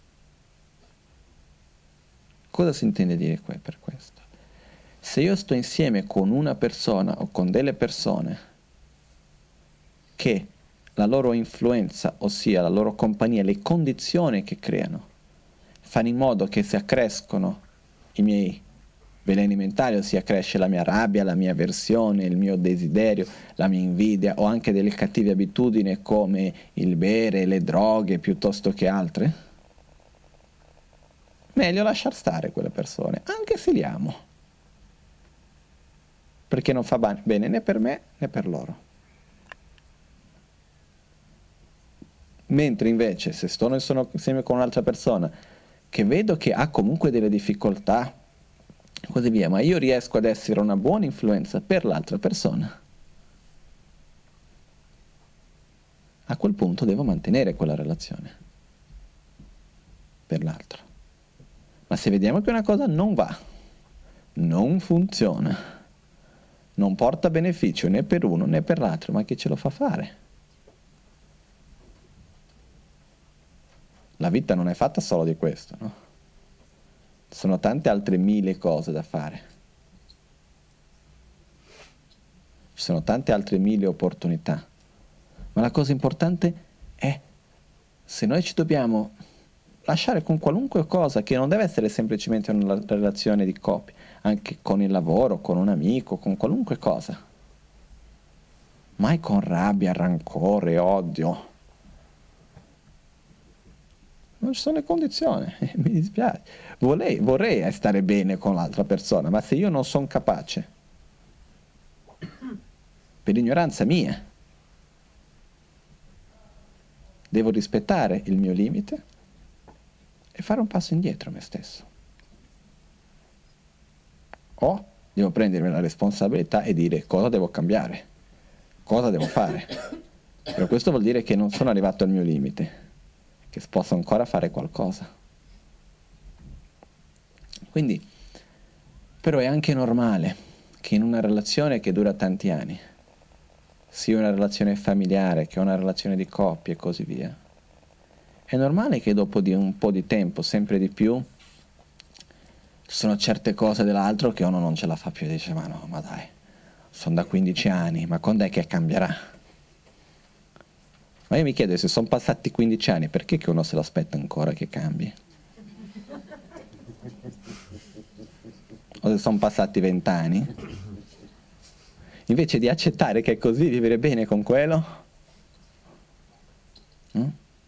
Cosa si intende dire qua per questo? Se io sto insieme con una persona o con delle persone che la loro influenza, ossia la loro compagnia, le condizioni che creano, fanno in modo che si accrescono i miei veleni mentali, ossia cresce la mia rabbia, la mia avversione, il mio desiderio, la mia invidia, o anche delle cattive abitudini come il bere, le droghe, piuttosto che altre, meglio lasciar stare quelle persone, anche se li amo, perché non fa bene né per me né per loro. Mentre invece se sto insieme con un'altra persona che vedo che ha comunque delle difficoltà, così via, ma io riesco ad essere una buona influenza per l'altra persona, a quel punto devo mantenere quella relazione per l'altro. Ma se vediamo che una cosa non va, non funziona, non porta beneficio né per uno né per l'altro, ma chi ce lo fa fare? La vita non è fatta solo di questo, no? Ci sono tante altre mille cose da fare. Ci sono tante altre mille opportunità. Ma la cosa importante è, se noi ci dobbiamo lasciare con qualunque cosa, che non deve essere semplicemente una relazione di coppia, anche con il lavoro, con un amico, con qualunque cosa, mai con rabbia, rancore, odio. Non ci sono le condizioni, mi dispiace. Vorrei, vorrei stare bene con l'altra persona, ma se io non sono capace, per ignoranza mia, Devo rispettare il mio limite e fare un passo indietro a me stesso. O devo prendermi la responsabilità e dire cosa devo cambiare, cosa devo fare. Però questo vuol dire che non sono arrivato al mio limite, che posso ancora fare qualcosa. Quindi, però è anche normale che in una relazione che dura tanti anni, sia una relazione familiare che una relazione di coppia e così via, è normale che dopo di un po' di tempo, sempre di più, ci sono certe cose dell'altro che uno non ce la fa più e dice ma no, ma dai, sono da quindici anni, ma quando è che cambierà? Ma io mi chiedo, se sono passati quindici anni, perché che uno se lo aspetta ancora che cambi? O se sono passati venti anni? Invece di accettare che è così, vivere bene con quello? Mm?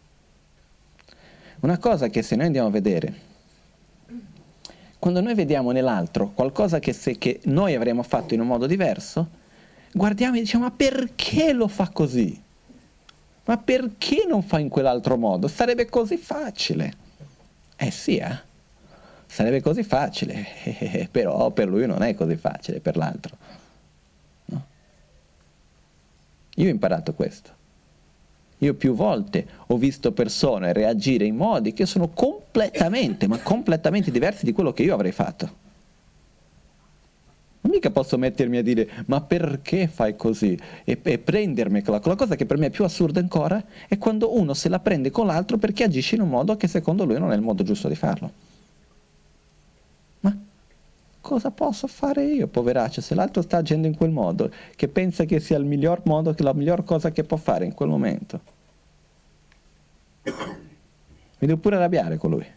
Una cosa che se noi andiamo a vedere, quando noi vediamo nell'altro qualcosa che, se, che noi avremmo fatto in un modo diverso, guardiamo e diciamo, ma perché lo fa così? Ma perché non fa in quell'altro modo? Sarebbe così facile. Eh sì, eh? Sarebbe così facile, però per lui non è così facile, per l'altro. No? Io ho imparato questo. Io più volte ho visto persone reagire in modi che sono completamente, ma completamente diversi di quello che io avrei fatto. Non mica posso mettermi a dire, ma perché fai così? E, e prendermi quella, quella cosa che per me è più assurda ancora, è quando uno se la prende con l'altro perché agisce in un modo che secondo lui non è il modo giusto di farlo. Ma cosa posso fare io, poveraccio, se l'altro sta agendo in quel modo, che pensa che sia il miglior modo, che la miglior cosa che può fare in quel momento? Mi devo pure arrabbiare con lui.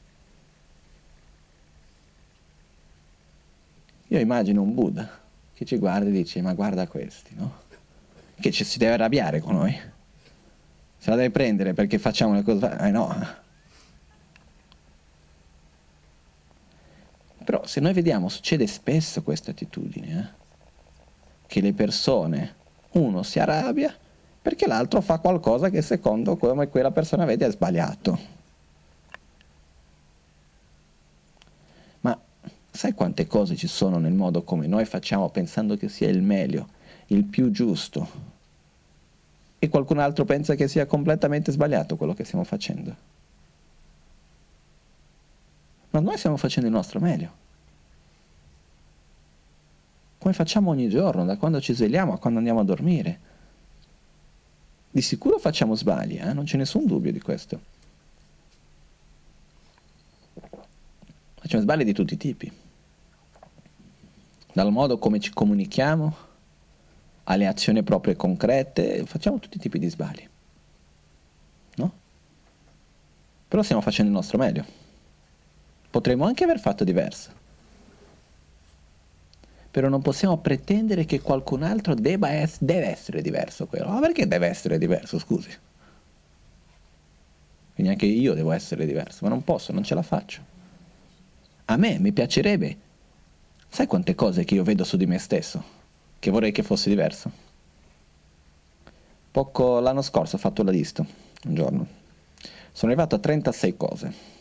Io immagino un Buddha che ci guarda e dice, ma guarda questi, no? Che ci si deve arrabbiare con noi. Se la deve prendere perché facciamo le cose... Eh no. Però se noi vediamo, succede spesso questa attitudine, eh? Che le persone, uno si arrabbia perché l'altro fa qualcosa che secondo come quella persona vede è sbagliato. Ma sai quante cose ci sono nel modo come noi facciamo pensando che sia il meglio, il più giusto, e qualcun altro pensa che sia completamente sbagliato quello che stiamo facendo? Ma noi stiamo facendo il nostro meglio. Come facciamo ogni giorno, da quando ci svegliamo a quando andiamo a dormire. Di sicuro facciamo sbagli, eh? Non c'è nessun dubbio di questo. Facciamo sbagli di tutti i tipi. Dal modo come ci comunichiamo, alle azioni proprie concrete, facciamo tutti i tipi di sbagli. No? Però stiamo facendo il nostro meglio. Potremmo anche aver fatto diverso. Però non possiamo pretendere che qualcun altro debba es- deve essere diverso quello. Ma perché deve essere diverso, scusi? Quindi anche io devo essere diverso, ma non posso, non ce la faccio. A me mi piacerebbe, sai quante cose che io vedo su di me stesso, che vorrei che fosse diverso? Poco l'anno scorso ho fatto la lista, un giorno. Sono arrivato a trentasei cose.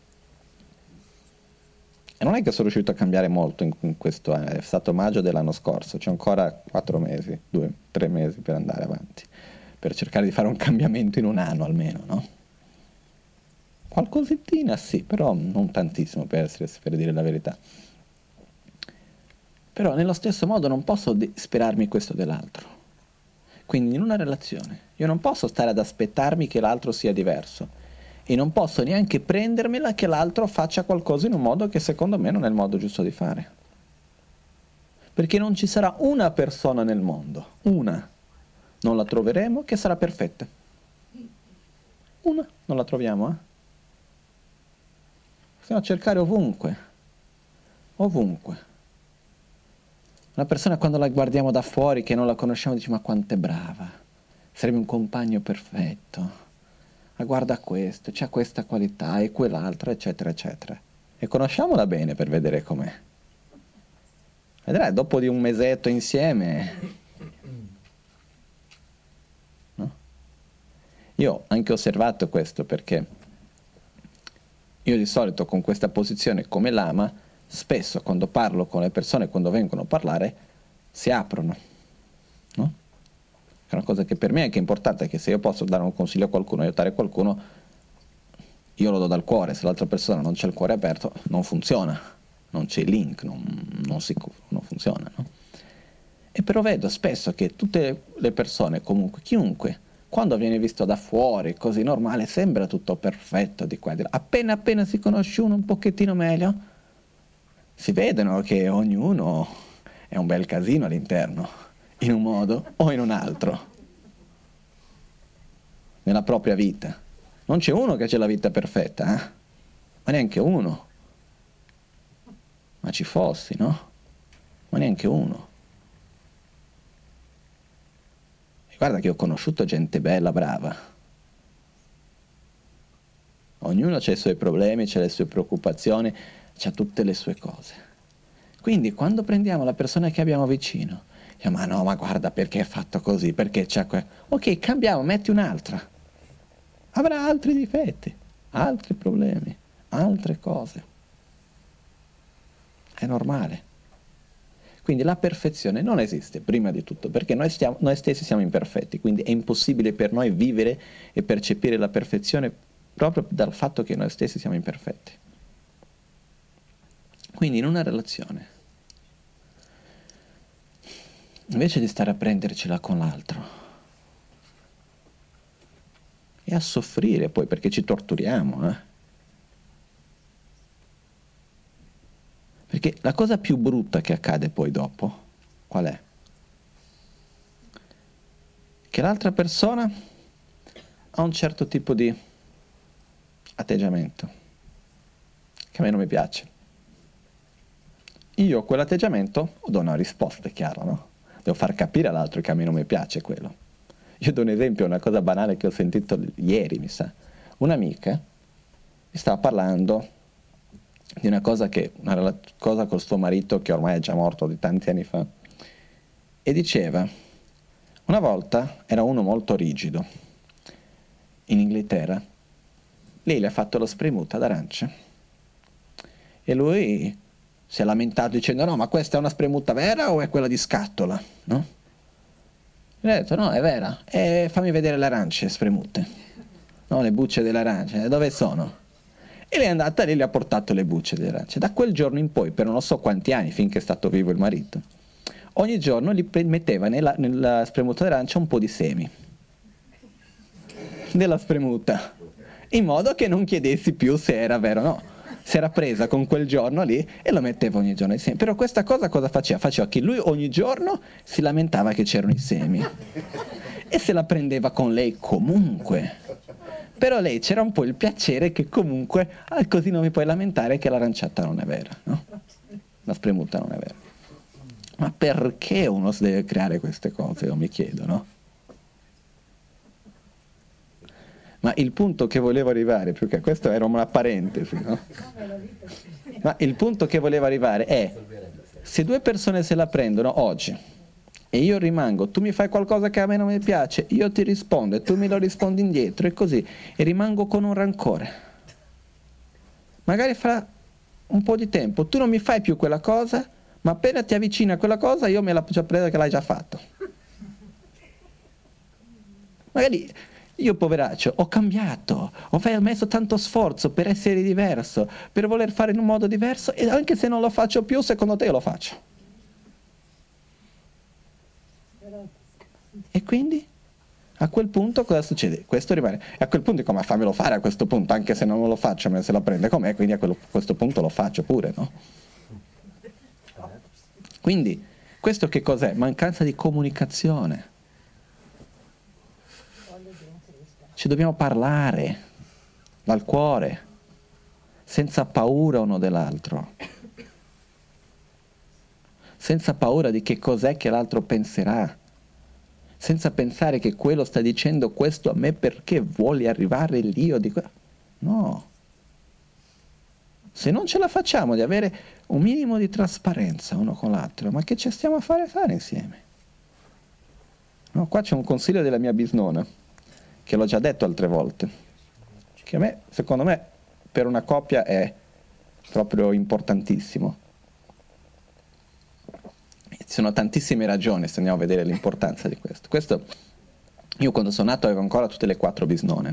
E non è che sono riuscito a cambiare molto in, in questo anno, è stato maggio dell'anno scorso, c'è ancora quattro mesi, due, tre mesi per andare avanti, per cercare di fare un cambiamento in un anno almeno, no? Qualcosina sì, però non tantissimo per, essere, per dire la verità. Però nello stesso modo non posso de- sperarmi questo dell'altro. Quindi in una relazione io non posso stare ad aspettarmi che l'altro sia diverso e non posso neanche prendermela che l'altro faccia qualcosa in un modo che secondo me non è il modo giusto di fare. Perché non ci sarà una persona nel mondo, una, non la troveremo, che sarà perfetta. Una, non la troviamo, eh? Stiamo a cercare ovunque, ovunque. Una persona quando la guardiamo da fuori, che non la conosciamo, dice ma quanto è brava, sarebbe un compagno perfetto. Ma guarda questo, c'ha questa qualità e quell'altra, eccetera, eccetera. E conosciamola bene per vedere com'è. Vedrai, dopo di un mesetto insieme, no? Io ho anche osservato questo, perché io di solito con questa posizione come lama, spesso quando parlo con le persone, quando vengono a parlare, si aprono, no? È una cosa che per me è anche importante, che se io posso dare un consiglio a qualcuno, aiutare qualcuno, io lo do dal cuore. Se l'altra persona non c'è il cuore aperto, non funziona, non c'è il link, non, non, si, non funziona, no? E però vedo spesso che tutte le persone, comunque, chiunque, quando viene visto da fuori, così normale, sembra tutto perfetto di qua e di là. Appena appena si conosce uno un pochettino meglio, si vedono che ognuno è un bel casino all'interno, in un modo o in un altro, nella propria vita. Non c'è uno che c'è la vita perfetta, eh? Ma neanche uno. Ma ci fossi, no? Ma neanche uno. E guarda che ho conosciuto gente bella, brava. Ognuno ha i suoi problemi, ha le sue preoccupazioni, ha tutte le sue cose. Quindi quando prendiamo la persona che abbiamo vicino, diciamo, ma no, ma guarda perché è fatto così, perché c'è que... Ok, cambiamo, metti un'altra. Avrà altri difetti, altri problemi, altre cose. È normale. Quindi la perfezione non esiste, prima di tutto, perché noi, stiamo, noi stessi siamo imperfetti, quindi è impossibile per noi vivere e percepire la perfezione proprio dal fatto che noi stessi siamo imperfetti. Quindi in una relazione, invece di stare a prendercela con l'altro e a soffrire poi, perché ci torturiamo, eh? Perché la cosa più brutta che accade poi dopo, qual è? Che l'altra persona ha un certo tipo di atteggiamento che a me non mi piace. Io a quell'atteggiamento do una risposta, è chiaro, no? Devo far capire all'altro che a me non mi piace quello. Io do un esempio, una cosa banale che ho sentito ieri, mi sa. Un'amica mi stava parlando di una cosa che, una cosa col suo marito che ormai è già morto di tanti anni fa, e diceva, una volta era uno molto rigido, in Inghilterra, lei le ha fatto la spremuta d'arancia e lui si è lamentato dicendo no, ma questa è una spremuta vera o è quella di scatola, no? E ha detto no, è vera, e fammi vedere le arance spremute, no, le bucce delle arance, dove sono? E lei è andata lì e le ha portato le bucce delle arance. Da quel giorno in poi, per non so quanti anni, finché è stato vivo il marito, ogni giorno gli metteva nella, nella spremuta d'arancia un po' di semi della spremuta, in modo che non chiedessi più se era vero o no. Si era presa con quel giorno lì e lo metteva ogni giorno i semi. Però questa cosa cosa faceva? Faceva che lui ogni giorno si lamentava che c'erano i semi e se la prendeva con lei comunque. Però lei c'era un po' il piacere che comunque, ah, così non mi puoi lamentare che l'aranciata non è vera, no? La spremuta non è vera. Ma perché uno si deve creare queste cose? Io mi chiedo, no? Ma il punto che volevo arrivare, perché questa era una parentesi, no? Ma il punto che volevo arrivare è, se due persone se la prendono oggi, e io rimango, tu mi fai qualcosa che a me non mi piace, io ti rispondo e tu mi lo rispondi indietro e così, e rimango con un rancore. Magari fra un po' di tempo tu non mi fai più quella cosa, ma appena ti avvicini a quella cosa io me la già presa che l'hai già fatto. Magari io poveraccio ho cambiato, ho messo tanto sforzo per essere diverso, per voler fare in un modo diverso e anche se non lo faccio più, secondo te lo faccio. E quindi a quel punto cosa succede? Questo rimane. E a quel punto dico, ma fammelo fare a questo punto, anche se non lo faccio, me se la prende con me, quindi a, quello, a questo punto lo faccio pure, no? Quindi, questo che cos'è? Mancanza di comunicazione. Ci dobbiamo parlare dal cuore, senza paura uno dell'altro, senza paura di che cos'è che l'altro penserà, senza pensare che quello sta dicendo questo a me perché vuole arrivare lì o di qua. No. Se non ce la facciamo di avere un minimo di trasparenza uno con l'altro, ma che ci stiamo a fare fare insieme? No, qua c'è un consiglio della mia bisnonna, che l'ho già detto altre volte, che a me, secondo me, per una coppia è proprio importantissimo. Ci sono tantissime ragioni se andiamo a vedere l'importanza di questo. Questo, io quando sono nato avevo ancora tutte le quattro bisnone.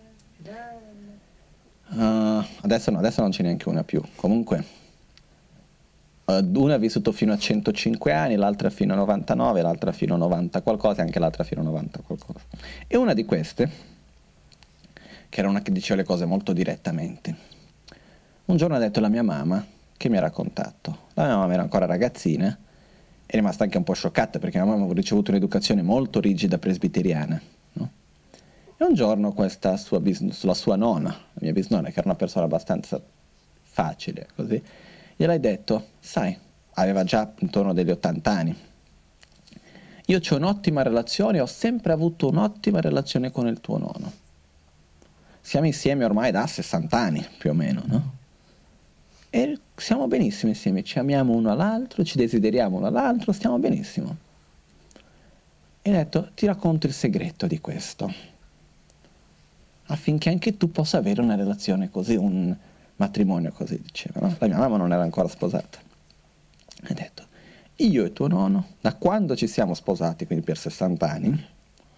Uh, adesso no, adesso non c'è neanche una più. Comunque, uh, una ha vissuto fino a centocinque anni, l'altra fino a novantanove, l'altra fino a novanta qualcosa e anche l'altra fino a novanta qualcosa. E una di queste, che era una che diceva le cose molto direttamente, un giorno ha detto alla mia mamma che mi ha raccontato. La mia mamma era ancora ragazzina, è rimasta anche un po' scioccata perché mia mamma aveva ricevuto un'educazione molto rigida presbiteriana, no? E un giorno questa sua, bis- la sua nonna, la mia bisnonna, che era una persona abbastanza facile, così, gliel'ha detto, sai, aveva già intorno degli ottanta anni, io ho un'ottima relazione, ho sempre avuto un'ottima relazione con il tuo nonno. Siamo insieme ormai da sessanta anni, più o meno, no? E siamo benissimo insieme, ci amiamo uno all'altro, ci desideriamo uno all'altro, stiamo benissimo. E ho detto, ti racconto il segreto di questo, affinché anche tu possa avere una relazione così, un matrimonio così, diceva, no? La mia mamma non era ancora sposata. Ha detto, io e tuo nonno, da quando ci siamo sposati, quindi per sessanta anni,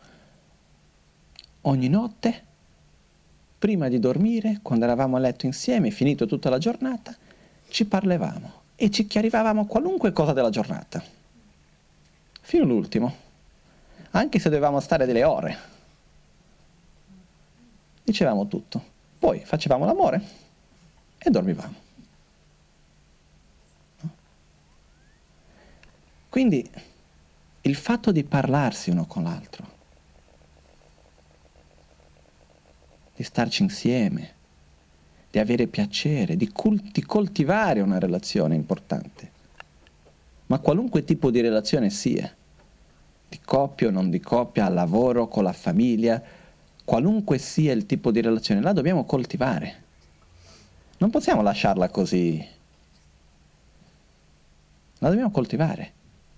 ogni notte, prima di dormire, quando eravamo a letto insieme, finito tutta la giornata, ci parlavamo e ci chiarivamo qualunque cosa della giornata, fino all'ultimo, anche se dovevamo stare delle ore. Dicevamo tutto, poi facevamo l'amore e dormivamo. Quindi il fatto di parlarsi uno con l'altro, di starci insieme, di avere piacere, di, cult- di coltivare una relazione importante, ma qualunque tipo di relazione sia, di coppia o non di coppia, al lavoro, con la famiglia, qualunque sia il tipo di relazione, la dobbiamo coltivare. Non possiamo lasciarla così. La dobbiamo coltivare.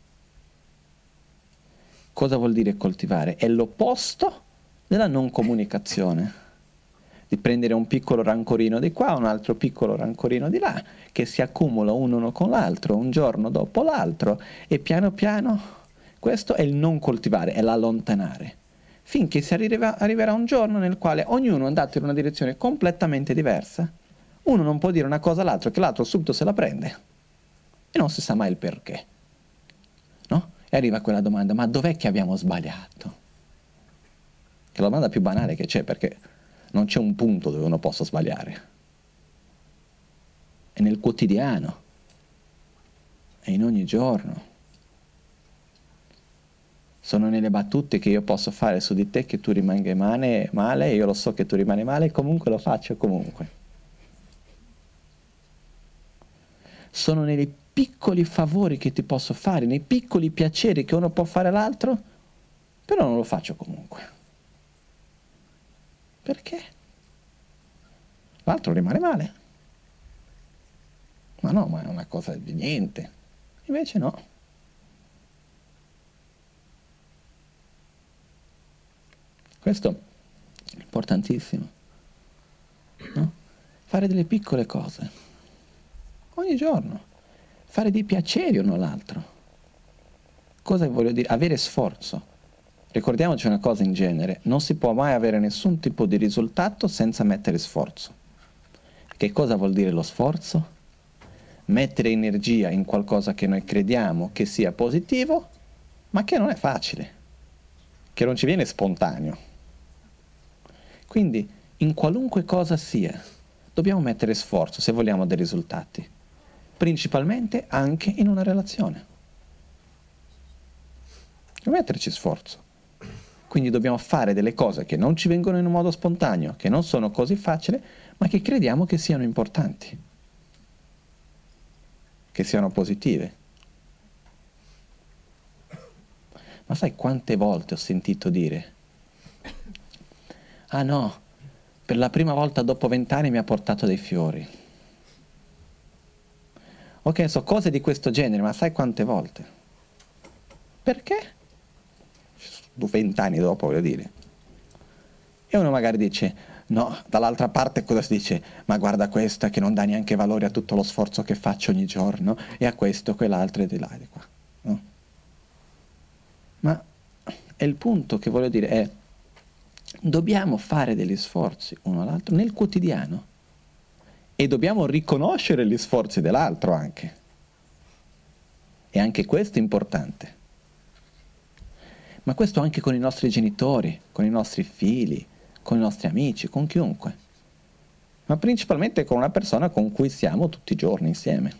Cosa vuol dire coltivare? È l'opposto della non comunicazione. Di prendere un piccolo rancorino di qua, un altro piccolo rancorino di là, che si accumula uno con l'altro, un giorno dopo l'altro, e piano piano questo è il non coltivare, è l'allontanare. Finché si arriva, arriverà un giorno nel quale ognuno è andato in una direzione completamente diversa, uno non può dire una cosa all'altro, che l'altro subito se la prende, e non si sa mai il perché. No? E arriva quella domanda, ma dov'è che abbiamo sbagliato? Che è la domanda più banale che c'è, perché non c'è un punto dove uno possa sbagliare. È nel quotidiano, è in ogni giorno. Sono nelle battute che io posso fare su di te che tu rimanga male, male, e io lo so che tu rimani male, e comunque lo faccio comunque. Sono nei piccoli favori che ti posso fare, nei piccoli piaceri che uno può fare all'altro, però non lo faccio comunque. Perché? L'altro rimane male. Ma no, ma è una cosa di niente. Invece no. Questo è importantissimo, no? Fare delle piccole cose, ogni giorno, fare dei piaceri uno all'altro. Cosa voglio dire? Avere sforzo. Ricordiamoci una cosa in genere, non si può mai avere nessun tipo di risultato senza mettere sforzo. Che cosa vuol dire lo sforzo? Mettere energia in qualcosa che noi crediamo che sia positivo, ma che non è facile, che non ci viene spontaneo. Quindi, in qualunque cosa sia, dobbiamo mettere sforzo se vogliamo dei risultati, principalmente anche in una relazione. Dobbiamo metterci sforzo. Quindi dobbiamo fare delle cose che non ci vengono in un modo spontaneo, che non sono così facili, ma che crediamo che siano importanti, che siano positive. Ma sai quante volte ho sentito dire: ah no, per la prima volta dopo vent'anni mi ha portato dei fiori. Ok, so cose di questo genere, ma sai quante volte? Perché? Vent'anni dopo, voglio dire. E uno magari dice, no, dall'altra parte cosa si dice? Ma guarda questa che non dà neanche valore a tutto lo sforzo che faccio ogni giorno, e a questo, quell'altro, e di là, e di qua. No? Ma è il punto che voglio dire è, dobbiamo fare degli sforzi uno all'altro nel quotidiano, e dobbiamo riconoscere gli sforzi dell'altro anche. E anche questo è importante. Ma questo anche con i nostri genitori, con i nostri figli, con i nostri amici, con chiunque. Ma principalmente con una persona con cui siamo tutti i giorni insieme.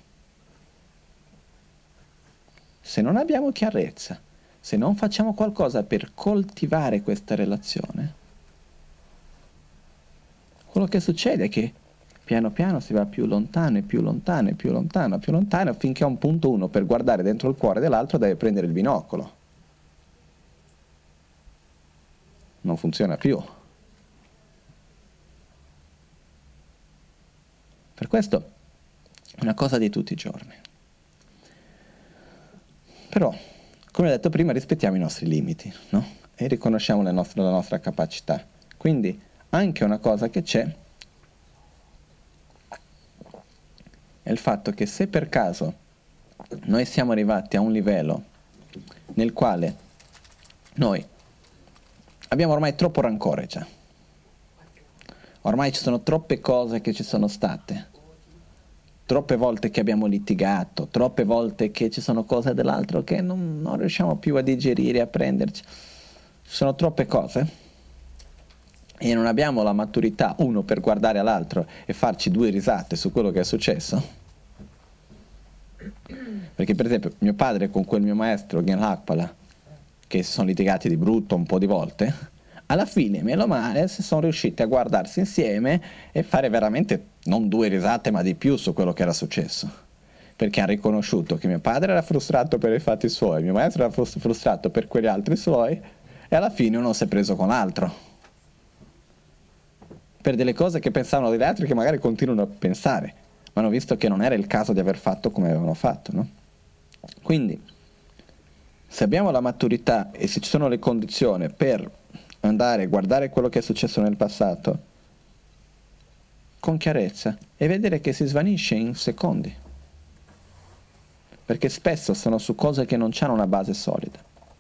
Se non abbiamo chiarezza, se non facciamo qualcosa per coltivare questa relazione, quello che succede è che piano piano si va più lontano e più lontano e più lontano, più lontano, finché a un punto uno per guardare dentro il cuore dell'altro deve prendere il binocolo. Non funziona più. Per questo è una cosa di tutti i giorni. Però, come ho detto prima, rispettiamo i nostri limiti, no? E riconosciamo le nostre, la nostra capacità. Quindi, anche una cosa che c'è è il fatto che se per caso noi siamo arrivati a un livello nel quale noi abbiamo ormai troppo rancore già, ormai ci sono troppe cose che ci sono state, troppe volte che abbiamo litigato, troppe volte che ci sono cose dell'altro che non, non riusciamo più a digerire, a prenderci, ci sono troppe cose e non abbiamo la maturità, uno, per guardare all'altro e farci due risate su quello che è successo. Perché per esempio mio padre con quel mio maestro Gen Hakpala, che si sono litigati di brutto un po' di volte, alla fine, meno male, si sono riusciti a guardarsi insieme e fare veramente non due risate ma di più su quello che era successo, perché ha riconosciuto che mio padre era frustrato per i fatti suoi, mio maestro era frustrato per quegli altri suoi, e alla fine uno si è preso con l'altro per delle cose che pensavano degli altri che magari continuano a pensare, ma hanno visto che non era il caso di aver fatto come avevano fatto, no? Quindi, se abbiamo la maturità e se ci sono le condizioni per andare a guardare quello che è successo nel passato con chiarezza e vedere che si svanisce in secondi, perché spesso sono su cose che non hanno una base solida.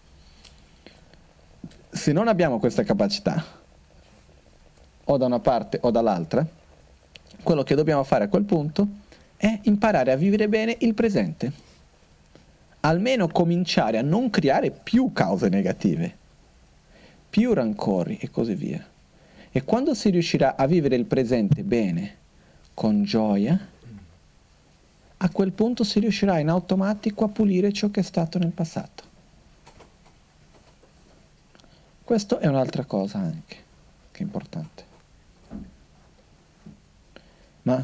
Se non abbiamo questa capacità, o da una parte o dall'altra, quello che dobbiamo fare a quel punto è imparare a vivere bene il presente, almeno cominciare a non creare più cause negative, più rancori e così via. E quando si riuscirà a vivere il presente bene, con gioia, a quel punto si riuscirà in automatico a pulire ciò che è stato nel passato. Questo è un'altra cosa anche, che è importante. Ma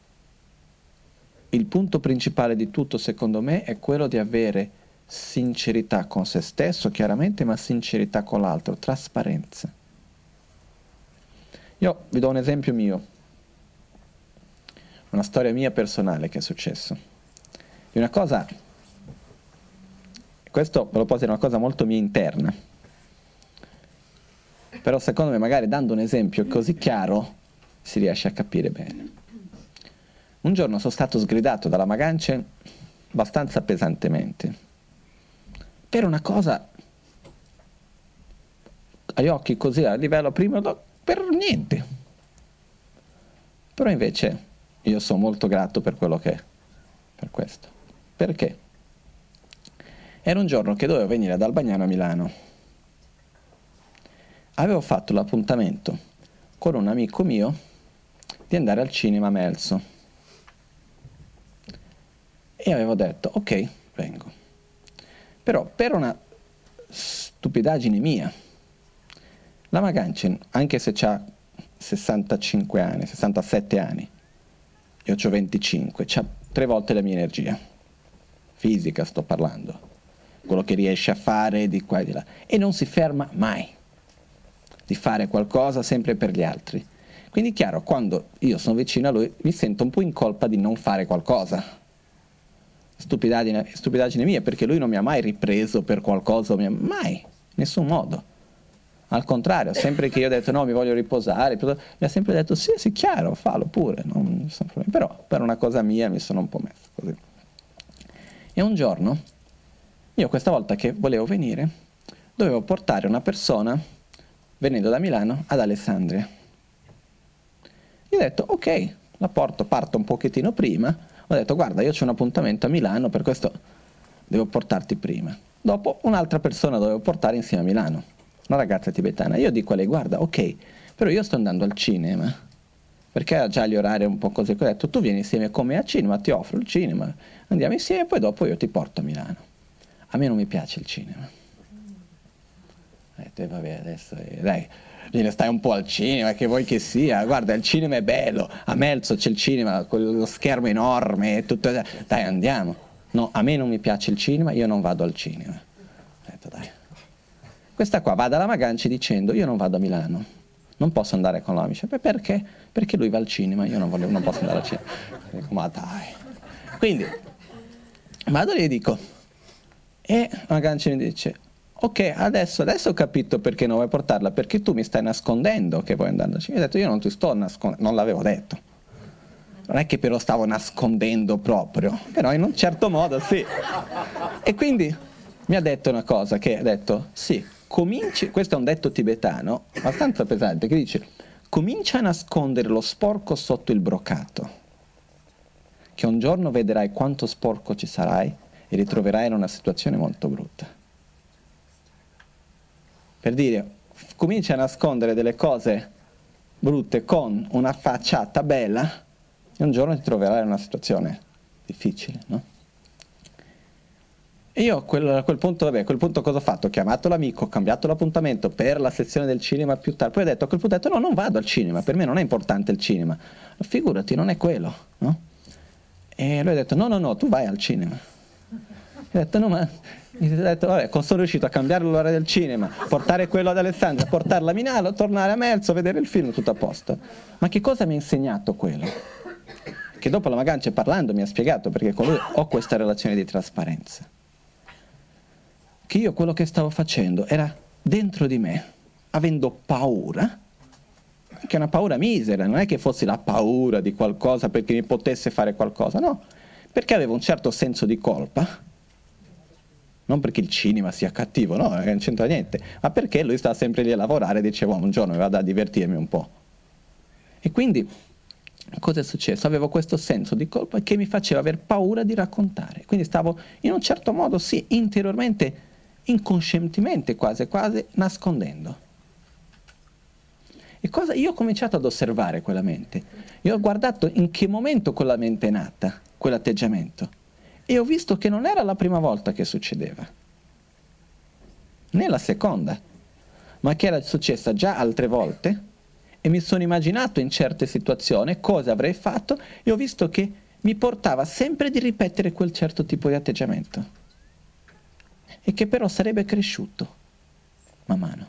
il punto principale di tutto, secondo me, è quello di avere sincerità con se stesso, chiaramente, ma sincerità con l'altro, trasparenza. Io vi do un esempio mio, una storia mia personale che è successo. Di una cosa, questo ve lo posso dire, una cosa molto mia interna, però secondo me magari dando un esempio così chiaro si riesce a capire bene. Un giorno sono stato sgridato dalla Magance abbastanza pesantemente per una cosa agli occhi così a livello primo per niente, però invece io sono molto grato per quello che è, per questo. Perché? Era un giorno che dovevo venire ad Albagnano a Milano, avevo fatto l'appuntamento con un amico mio di andare al cinema Melso e avevo detto ok, vengo, però per una stupidaggine mia la Magance, anche se ha sessantacinque anni, sessantasette anni, io ho venticinque, c'ha tre volte la mia energia fisica, sto parlando, quello che riesce a fare di qua e di là, e non si ferma mai di fare qualcosa sempre per gli altri. Quindi chiaro, quando io sono vicino a lui mi sento un po' in colpa di non fare qualcosa. Stupidaggine, stupidaggine mia, perché lui non mi ha mai ripreso per qualcosa, mai, in nessun modo. Al contrario, sempre che io ho detto no, mi voglio riposare, mi ha sempre detto sì, sì, chiaro, fallo pure, non sono problemi. Però per una cosa mia mi sono un po' messo così. E un giorno, io questa volta che volevo venire, dovevo portare una persona, venendo da Milano, ad Alessandria. Io ho detto ok, la porto, parto un pochettino prima, ho detto guarda, io c'ho un appuntamento a Milano, per questo devo portarti prima. Dopo un'altra persona dovevo portare insieme a Milano, una ragazza tibetana. Io dico a lei guarda, ok, però io sto andando al cinema, perché ha già gli orari un po' così, ho detto tu vieni insieme con me al cinema, ti offro il cinema, andiamo insieme e poi dopo io ti porto a Milano. A me non mi piace il cinema. Ho detto eh, vabbè adesso eh, dai, viene stai un po' al cinema, che vuoi che sia, guarda il cinema è bello, a Melzo c'è il cinema con lo schermo enorme, tutto, dai andiamo. No, a me non mi piace il cinema, io non vado al cinema. Ho detto dai. Questa qua va dalla Maganci dicendo io non vado a Milano, non posso andare con l'amico. Beh, perché? Perché lui va al cinema, io non, voglio, non posso andare al cinema. Dico, ma dai. Quindi vado lì e dico, e Maganci mi dice, ok, adesso, adesso ho capito perché non vuoi portarla, perché tu mi stai nascondendo che vuoi andare al cinema. Io ho detto, io non ti sto nascondendo, non l'avevo detto. Non è che però stavo nascondendo proprio, però in un certo modo sì. E quindi mi ha detto una cosa, che ha detto, sì, cominci, questo è un detto tibetano, abbastanza pesante, che dice, comincia a nascondere lo sporco sotto il brocato, che un giorno vedrai quanto sporco ci sarai e ritroverai in una situazione molto brutta. Per dire, comincia a nascondere delle cose brutte con una facciata bella e un giorno ti troverai in una situazione difficile, no? E io a quel, a quel punto, vabbè, a quel punto cosa ho fatto? Ho chiamato l'amico, ho cambiato l'appuntamento per la sezione del cinema più tardi, poi ho detto a quel punto, ho detto, no, non vado al cinema, per me non è importante il cinema, figurati, non è quello, no? E lui ha detto, no, no, no, tu vai al cinema. E ho detto, no, ma... Mi ha detto, vabbè, sono riuscito a cambiare l'ora del cinema, portare quello ad Alessandria, portarla a Milano, tornare a Melzo, vedere il film, tutto a posto. Ma che cosa mi ha insegnato quello? Che dopo la Magancia parlando mi ha spiegato, perché con lui ho questa relazione di trasparenza. Che io quello che stavo facendo era dentro di me, avendo paura, che è una paura misera, non è che fosse la paura di qualcosa perché mi potesse fare qualcosa, no, perché avevo un certo senso di colpa, non perché il cinema sia cattivo, no, non c'entra niente, ma perché lui stava sempre lì a lavorare e diceva un giorno mi vado a divertirmi un po'. E quindi cosa è successo? Avevo questo senso di colpa che mi faceva aver paura di raccontare, quindi stavo in un certo modo, sì, interiormente, inconscientemente quasi quasi nascondendo. E cosa? Io ho cominciato ad osservare quella mente, io ho guardato in che momento quella mente è nata, quell'atteggiamento, e ho visto che non era la prima volta che succedeva, né la seconda, ma che era successa già altre volte, e mi sono immaginato in certe situazioni cosa avrei fatto, e ho visto che mi portava sempre di ripetere quel certo tipo di atteggiamento, e che però sarebbe cresciuto man mano.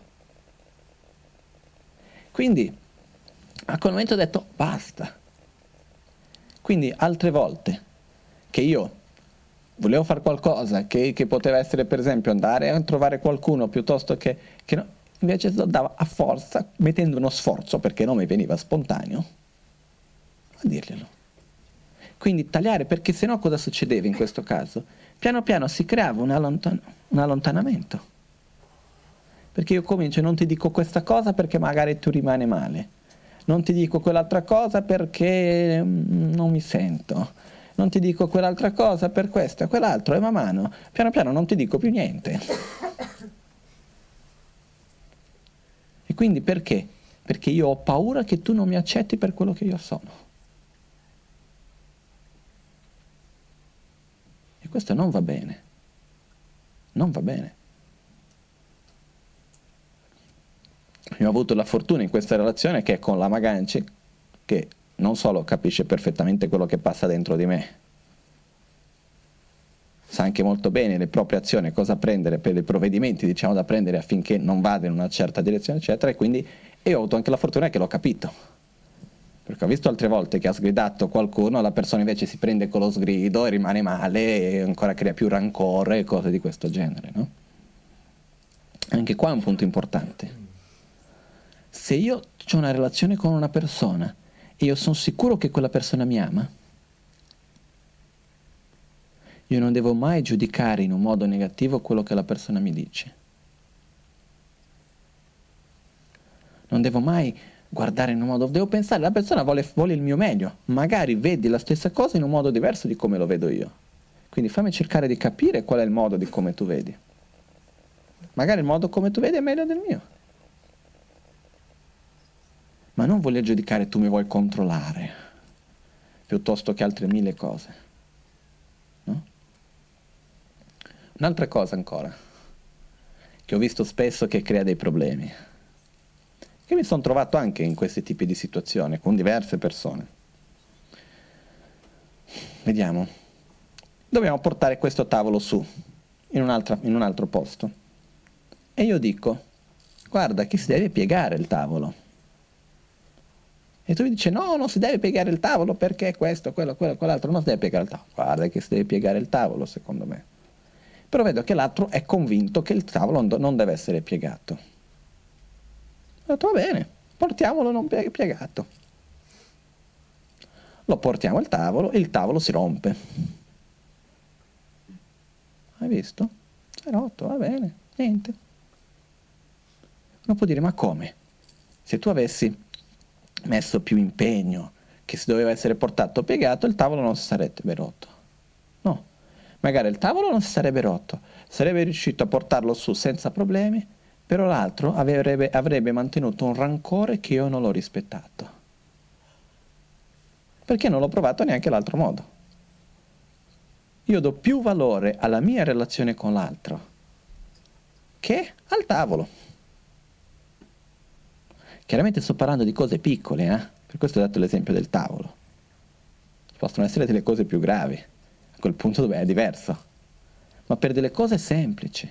Quindi a quel momento ho detto basta. Quindi altre volte che io volevo fare qualcosa che, che poteva essere per esempio andare a trovare qualcuno piuttosto che, che no, invece lo dava a forza, mettendo uno sforzo perché non mi veniva spontaneo a dirglielo. Quindi tagliare, perché sennò cosa succedeva in questo caso? Piano piano si creava un, allontan- un allontanamento, perché io comincio, non ti dico questa cosa perché magari tu rimane male, non ti dico quell'altra cosa perché mm, non mi sento, non ti dico quell'altra cosa per questo e quell'altro, e man mano, piano piano non ti dico più niente. E quindi perché? Perché io ho paura che tu non mi accetti per quello che io sono. E questo non va bene. Non va bene. Io ho avuto la fortuna in questa relazione che è con la Maganci, che non solo capisce perfettamente quello che passa dentro di me, sa anche molto bene le proprie azioni, cosa prendere per i provvedimenti, diciamo, da prendere affinché non vada in una certa direzione, eccetera, e quindi e ho avuto anche la fortuna che l'ho capito. Perché ho visto altre volte che ha sgridato qualcuno, la persona invece si prende con lo sgrido e rimane male e ancora crea più rancore e cose di questo genere, no? Anche qua è un punto importante. se io ho una relazione con una persona e io sono sicuro che quella persona mi ama, io non devo mai giudicare in un modo negativo quello che la persona mi dice. Non devo mai guardare in un modo... Devo pensare, la persona vuole, vuole il mio meglio. Magari vedi la stessa cosa in un modo diverso di come lo vedo io. Quindi fammi cercare di capire qual è il modo di come tu vedi. Magari il modo come tu vedi è meglio del mio. Ma non voler giudicare tu mi vuoi controllare, piuttosto che altre mille cose. No? Un'altra cosa ancora, che ho visto spesso che crea dei problemi, che mi sono trovato anche in questi tipi di situazioni, con diverse persone. Vediamo. Dobbiamo portare questo tavolo su, in un altro, in un altro posto. E io dico, guarda che si deve piegare il tavolo. E tu mi dici, no, non si deve piegare il tavolo perché questo, quello, quello, quell'altro, non si deve piegare il tavolo. Guarda che si deve piegare il tavolo, secondo me. Però vedo che l'altro è convinto che il tavolo non deve essere piegato. Ho detto, va bene, portiamolo non piegato. Lo portiamo al tavolo e il tavolo si rompe. Hai visto? Si è rotto, va bene, niente. Uno può dire, ma come? Se tu avessi messo più impegno, che si doveva essere portato piegato, il tavolo non si sarebbe rotto. No, magari il tavolo non si sarebbe rotto, sarebbe riuscito a portarlo su senza problemi, però l'altro avrebbe, avrebbe mantenuto un rancore che io non l'ho rispettato. Perché non l'ho provato neanche l'altro modo. Io do più valore alla mia relazione con l'altro che al tavolo. Chiaramente sto parlando di cose piccole, eh? Per questo ho dato l'esempio del tavolo. Ci possono essere delle cose più gravi, a quel punto dove è diverso. Ma per delle cose semplici.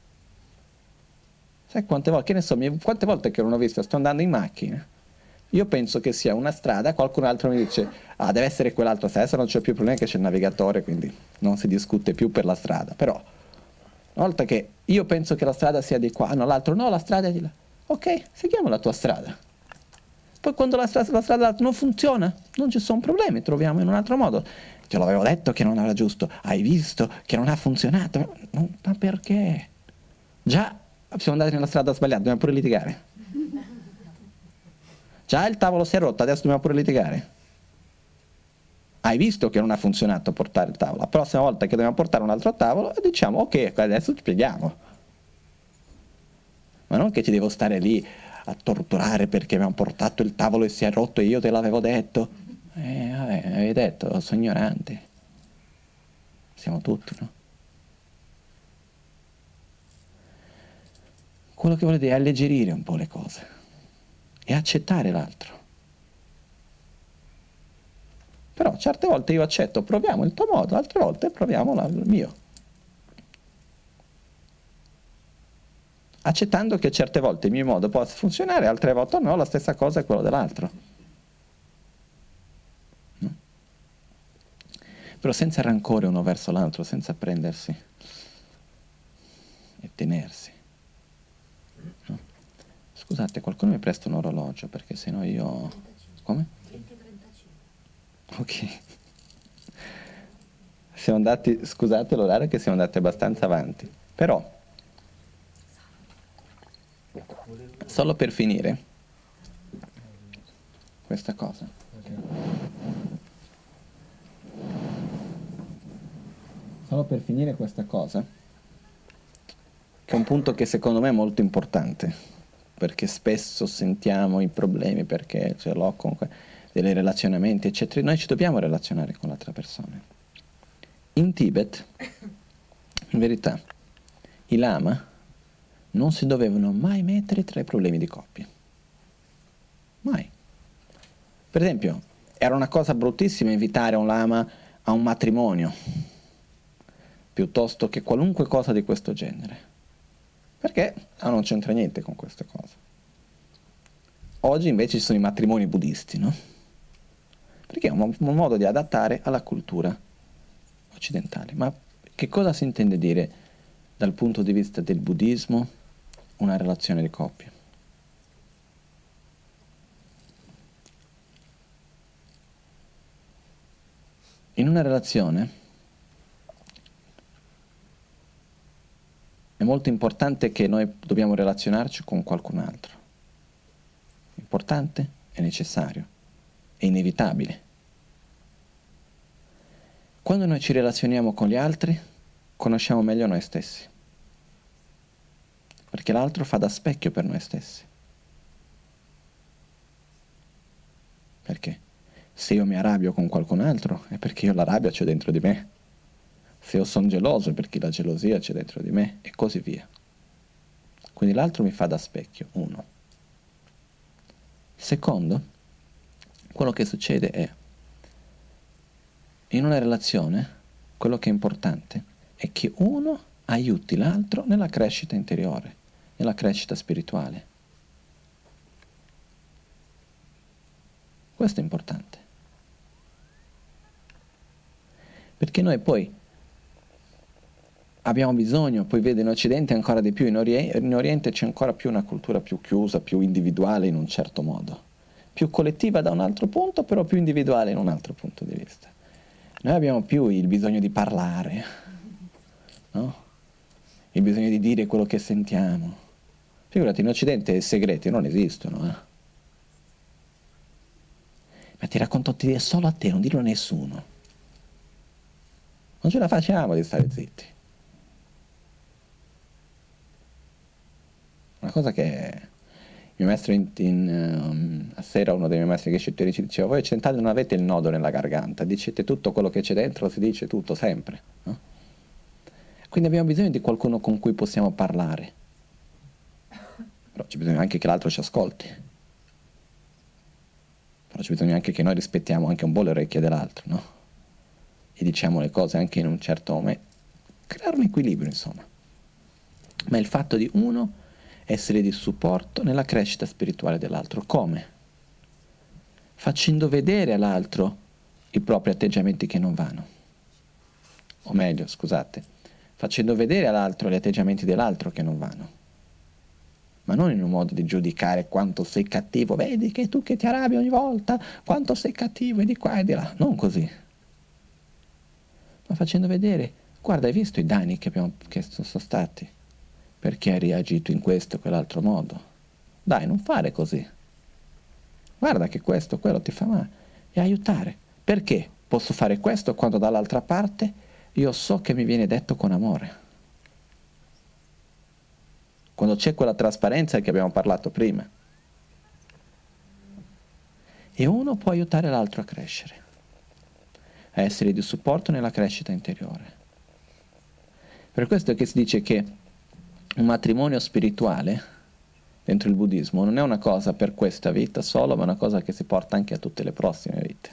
Sai quante volte, che ne so, quante volte che non ho visto, sto andando in macchina, io penso che sia una strada, qualcun altro mi dice, ah, deve essere quell'altra strada, adesso non c'è più problema che c'è il navigatore, quindi non si discute più per la strada. Però, una volta che io penso che la strada sia di qua, no, l'altro no, la strada è di là. Ok, seguiamo la tua strada. Poi quando la strada, la strada non funziona, non ci sono problemi, troviamo in un altro modo. Te l'avevo detto che non era giusto, hai visto che non ha funzionato, ma perché? Già siamo andati nella strada sbagliata, dobbiamo pure litigare. Già il tavolo si è rotto, adesso dobbiamo pure litigare. Hai visto che non ha funzionato portare il tavolo, la prossima volta che dobbiamo portare un altro tavolo diciamo ok, adesso ci spieghiamo. Ma non che ci devo stare lì a torturare perché abbiamo portato il tavolo e si è rotto e io te l'avevo detto. Eh, vabbè, avevi detto, sono ignorante. Siamo tutti, no? Quello che vuole dire è alleggerire un po' le cose e accettare l'altro. Però certe volte io accetto, proviamo il tuo modo, altre volte proviamo il mio. Accettando che certe volte il mio modo possa funzionare, altre volte no, la stessa cosa è quello dell'altro. No? Però senza rancore uno verso l'altro, senza prendersi e tenersi. No? Scusate, qualcuno mi presta un orologio, perché sennò io... Come?
venti trentacinque.
Ok. Siamo andati, scusate l'orario che siamo andati abbastanza avanti. Però, solo per finire, questa cosa. Solo per finire questa cosa, che è un punto che secondo me è molto importante, perché spesso sentiamo i problemi, perché ce l'ho comunque dei relazionamenti, eccetera. Noi ci dobbiamo relazionare con l'altra persona. In Tibet, in verità, i lama non si dovevano mai mettere tra i problemi di coppia. Mai. Per esempio, era una cosa bruttissima invitare un lama a un matrimonio, piuttosto che qualunque cosa di questo genere. Perché ah, non c'entra niente con queste cose. Oggi invece ci sono i matrimoni buddisti, no? Perché è un, un modo di adattare alla cultura occidentale. Ma che cosa si intende dire dal punto di vista del buddismo una relazione di coppia? in una relazione è molto importante che noi dobbiamo relazionarci con qualcun altro. Importante, è necessario, è inevitabile. Quando noi ci relazioniamo con gli altri, conosciamo meglio noi stessi, perché l'altro fa da specchio per noi stessi. Perché? Se io mi arrabbio con qualcun altro è perché io la rabbia c'è dentro di me. Se io sono geloso è perché la gelosia c'è dentro di me e così via. Quindi l'altro mi fa da specchio, uno. Secondo, quello che succede è, in una relazione, quello che è importante è che uno aiuti l'altro nella crescita interiore, nella crescita spirituale. Questo è importante. Perché noi poi abbiamo bisogno, poi vede in Occidente ancora di più, in Oriente, in Oriente c'è ancora più una cultura più chiusa, più individuale in un certo modo, più collettiva da un altro punto, però più individuale in un altro punto di vista. Noi abbiamo più il bisogno di parlare, no? Il bisogno di dire quello che sentiamo. Figurati, in Occidente i segreti non esistono, eh? Ma ti racconto solo a te, non dirlo a nessuno. Non ce la facciamo di stare zitti. Una cosa che il mio maestro in, in, um, a sera, uno dei miei maestri che scettori ci diceva: voi occidentali non avete il nodo nella garganta, dicete tutto quello che c'è dentro, si dice tutto sempre, no? Quindi abbiamo bisogno di qualcuno con cui possiamo parlare, però c'è bisogno anche che l'altro ci ascolti, però c'è bisogno anche che noi rispettiamo anche un po' le orecchie dell'altro, no? E diciamo le cose anche in un certo momento, creare un equilibrio, insomma. Ma il fatto di uno essere di supporto nella crescita spirituale dell'altro. Come? Facendo vedere all'altro i propri atteggiamenti che non vanno. O meglio, scusate, facendo vedere all'altro gli atteggiamenti dell'altro che non vanno. Ma non in un modo di giudicare quanto sei cattivo, vedi che tu che ti arrabbi ogni volta, quanto sei cattivo e di qua e di là. Non così. Ma facendo vedere, guarda, hai visto i danni che, abbiamo, che sono stati? Perché hai reagito in questo o quell'altro modo? Dai, non fare così. Guarda che questo o quello ti fa male. E aiutare. Perché posso fare questo quando dall'altra parte io so che mi viene detto con amore? Quando c'è quella trasparenza che abbiamo parlato prima. E uno può aiutare l'altro a crescere, a essere di supporto nella crescita interiore. Per questo è che si dice che un matrimonio spirituale dentro il buddismo non è una cosa per questa vita solo, ma una cosa che si porta anche a tutte le prossime vite.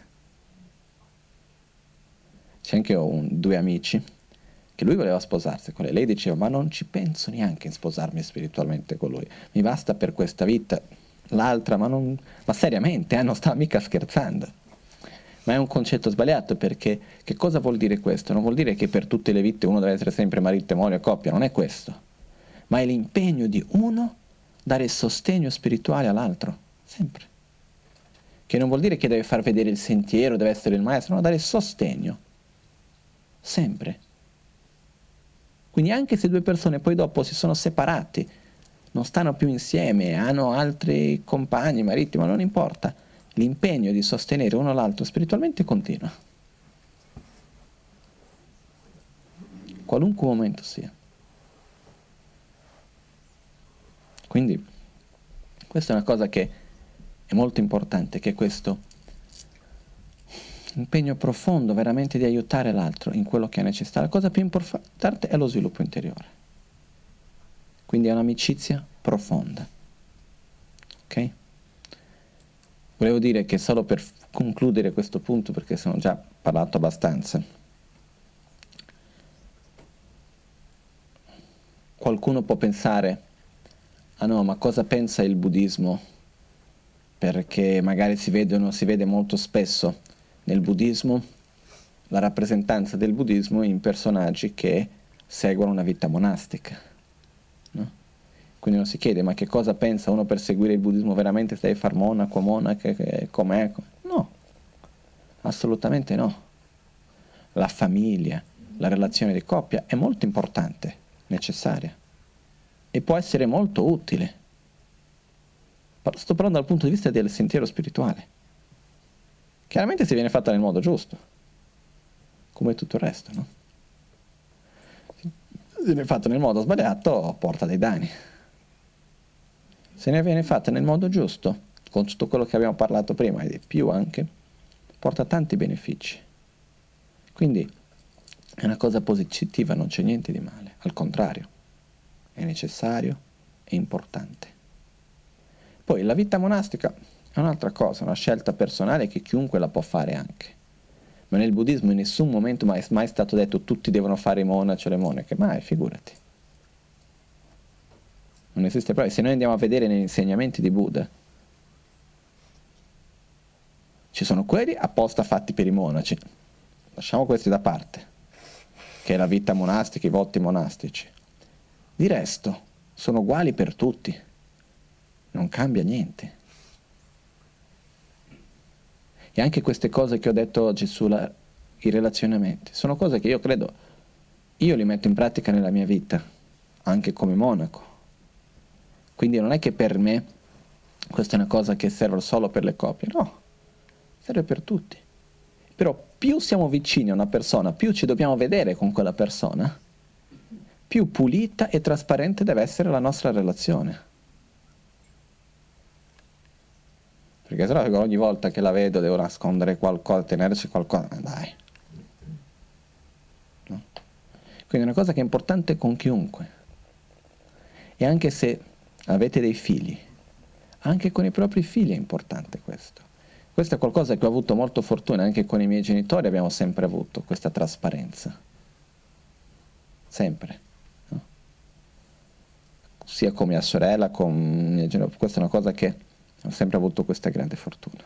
C'è anche un, due amici che lui voleva sposarsi con lei, lei diceva: ma non ci penso neanche in sposarmi spiritualmente con lui, mi basta per questa vita. L'altra, ma, non, ma seriamente, eh, non sta mica scherzando. Ma è un concetto sbagliato, perché che cosa vuol dire questo? Non vuol dire che per tutte le vite uno deve essere sempre marito, moglie, coppia, non è questo. Ma è l'impegno di uno dare sostegno spirituale all'altro, sempre. Che non vuol dire che deve far vedere il sentiero, deve essere il maestro, no, dare sostegno, sempre. Quindi anche se due persone poi dopo si sono separati, non stanno più insieme, hanno altri compagni, mariti, ma non importa, l'impegno di sostenere uno l'altro spiritualmente continua. Qualunque momento sia. Quindi questa è una cosa che è molto importante, che questo impegno profondo veramente di aiutare l'altro in quello che è necessario. La cosa più importante è lo sviluppo interiore. Quindi è un'amicizia profonda. Ok? Volevo dire che solo per concludere questo punto, perché sono già parlato abbastanza, qualcuno può pensare: ah no, ma cosa pensa il buddismo? Perché magari si vedono, si vede molto spesso nel buddismo la rappresentanza del buddismo in personaggi che seguono una vita monastica, no? Quindi uno si chiede: ma che cosa pensa uno per seguire il buddismo? Veramente stai a far monaco, monache, com'è? No, assolutamente no. la famiglia, la relazione di coppia è molto importante, necessaria e può essere molto utile. Sto parlando dal punto di vista del sentiero spirituale. Chiaramente se viene fatta nel modo giusto, come tutto il resto, no? Se viene fatta nel modo sbagliato, porta dei danni. Se ne viene fatta nel modo giusto, con tutto quello che abbiamo parlato prima e di più anche, porta tanti benefici. Quindi è una cosa positiva, non c'è niente di male, al contrario, è necessario e importante. Poi la vita monastica è un'altra cosa, una scelta personale che chiunque la può fare anche. Ma nel buddismo in nessun momento mai è mai stato detto tutti devono fare i monaci o le monache, mai, figurati. Non esiste proprio. Se noi andiamo a vedere negli insegnamenti di Buddha, ci sono quelli apposta fatti per i monaci, lasciamo questi da parte, che è la vita monastica, i voti monastici. Di resto, sono uguali per tutti, non cambia niente. E anche queste cose che ho detto oggi sui relazionamenti, sono cose che io credo, io li metto in pratica nella mia vita, anche come monaco. Quindi non è che per me questa è una cosa che serve solo per le coppie, no, serve per tutti. Però più siamo vicini a una persona, più ci dobbiamo vedere con quella persona, più pulita e trasparente deve essere la nostra relazione. Perché sennò ogni volta che la vedo devo nascondere qualcosa, tenerci qualcosa, dai. No? Quindi è una cosa che è importante con chiunque. E anche se avete dei figli, anche con i propri figli è importante questo. Questo è qualcosa che ho avuto molto fortuna, anche con i miei genitori abbiamo sempre avuto questa trasparenza. Sempre. No? Sia con mia sorella, con mia genitori, questa è una cosa che ho sempre avuto questa grande fortuna.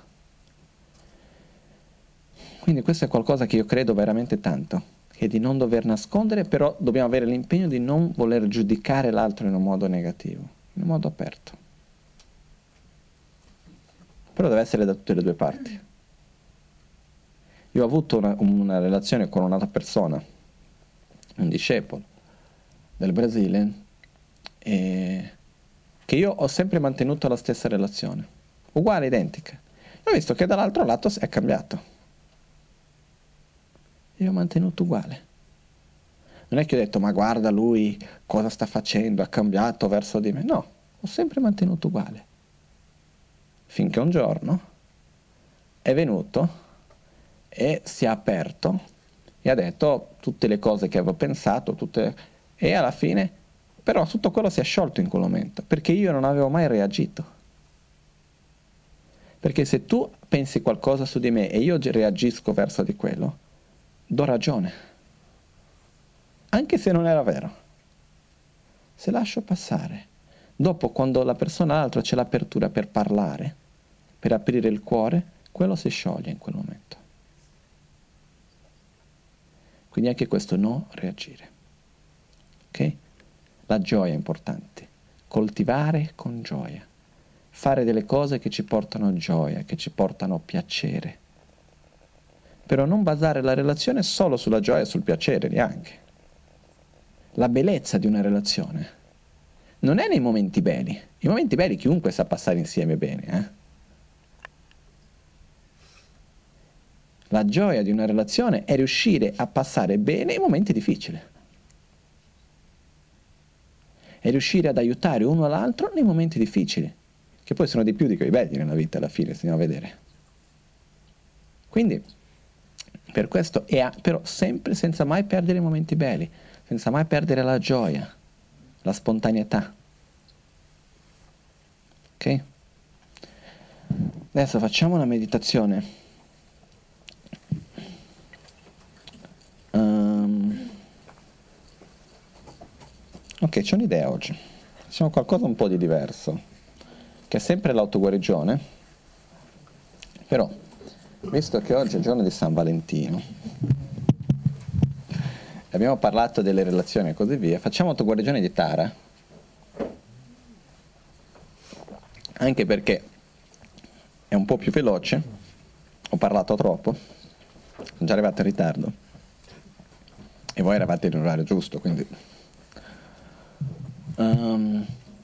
Quindi questo è qualcosa che io credo veramente tanto, che è di non dover nascondere, però dobbiamo avere l'impegno di non voler giudicare l'altro in un modo negativo, in un modo aperto. Però deve essere da tutte le due parti. Io ho avuto una, una relazione con un'altra persona, un discepolo del Brasile, e che io ho sempre mantenuto la stessa relazione, uguale, identica. E ho visto che dall'altro lato è cambiato. Io ho mantenuto uguale. Non è che ho detto, ma guarda lui cosa sta facendo, ha cambiato verso di me. No, ho sempre mantenuto uguale. Finché un giorno è venuto e si è aperto e ha detto tutte le cose che avevo pensato, tutte... e alla fine... Però tutto quello si è sciolto in quel momento, perché io non avevo mai reagito. Perché se tu pensi qualcosa su di me e io reagisco verso di quello, do ragione. Anche se non era vero. Se lascio passare. Dopo, quando la persona l'altra c'è l'apertura per parlare, per aprire il cuore, quello si scioglie in quel momento. Quindi anche questo no reagire. Ok? La gioia è importante, coltivare con gioia, fare delle cose che ci portano gioia, che ci portano piacere, però non basare la relazione solo sulla gioia e sul piacere neanche. La bellezza di una relazione non è nei momenti belli, i momenti belli chiunque sa passare insieme bene, eh? La gioia di una relazione è riuscire a passare bene i momenti difficili. È riuscire ad aiutare uno all'altro nei momenti difficili, che poi sono di più di quei belli nella vita alla fine, se andiamo a vedere. Quindi, per questo, è a, però sempre senza mai perdere i momenti belli, senza mai perdere la gioia, la spontaneità. Ok? Adesso facciamo una meditazione. Um, Ok, c'è un'idea oggi. Facciamo qualcosa un po' di diverso, che è sempre l'autoguarigione, però, visto che oggi è il giorno di San Valentino, abbiamo parlato delle relazioni e così via, facciamo autoguarigione di Tara, anche perché è un po' più veloce, ho parlato troppo, sono già arrivato in ritardo, E voi eravate in orario giusto, quindi... Um,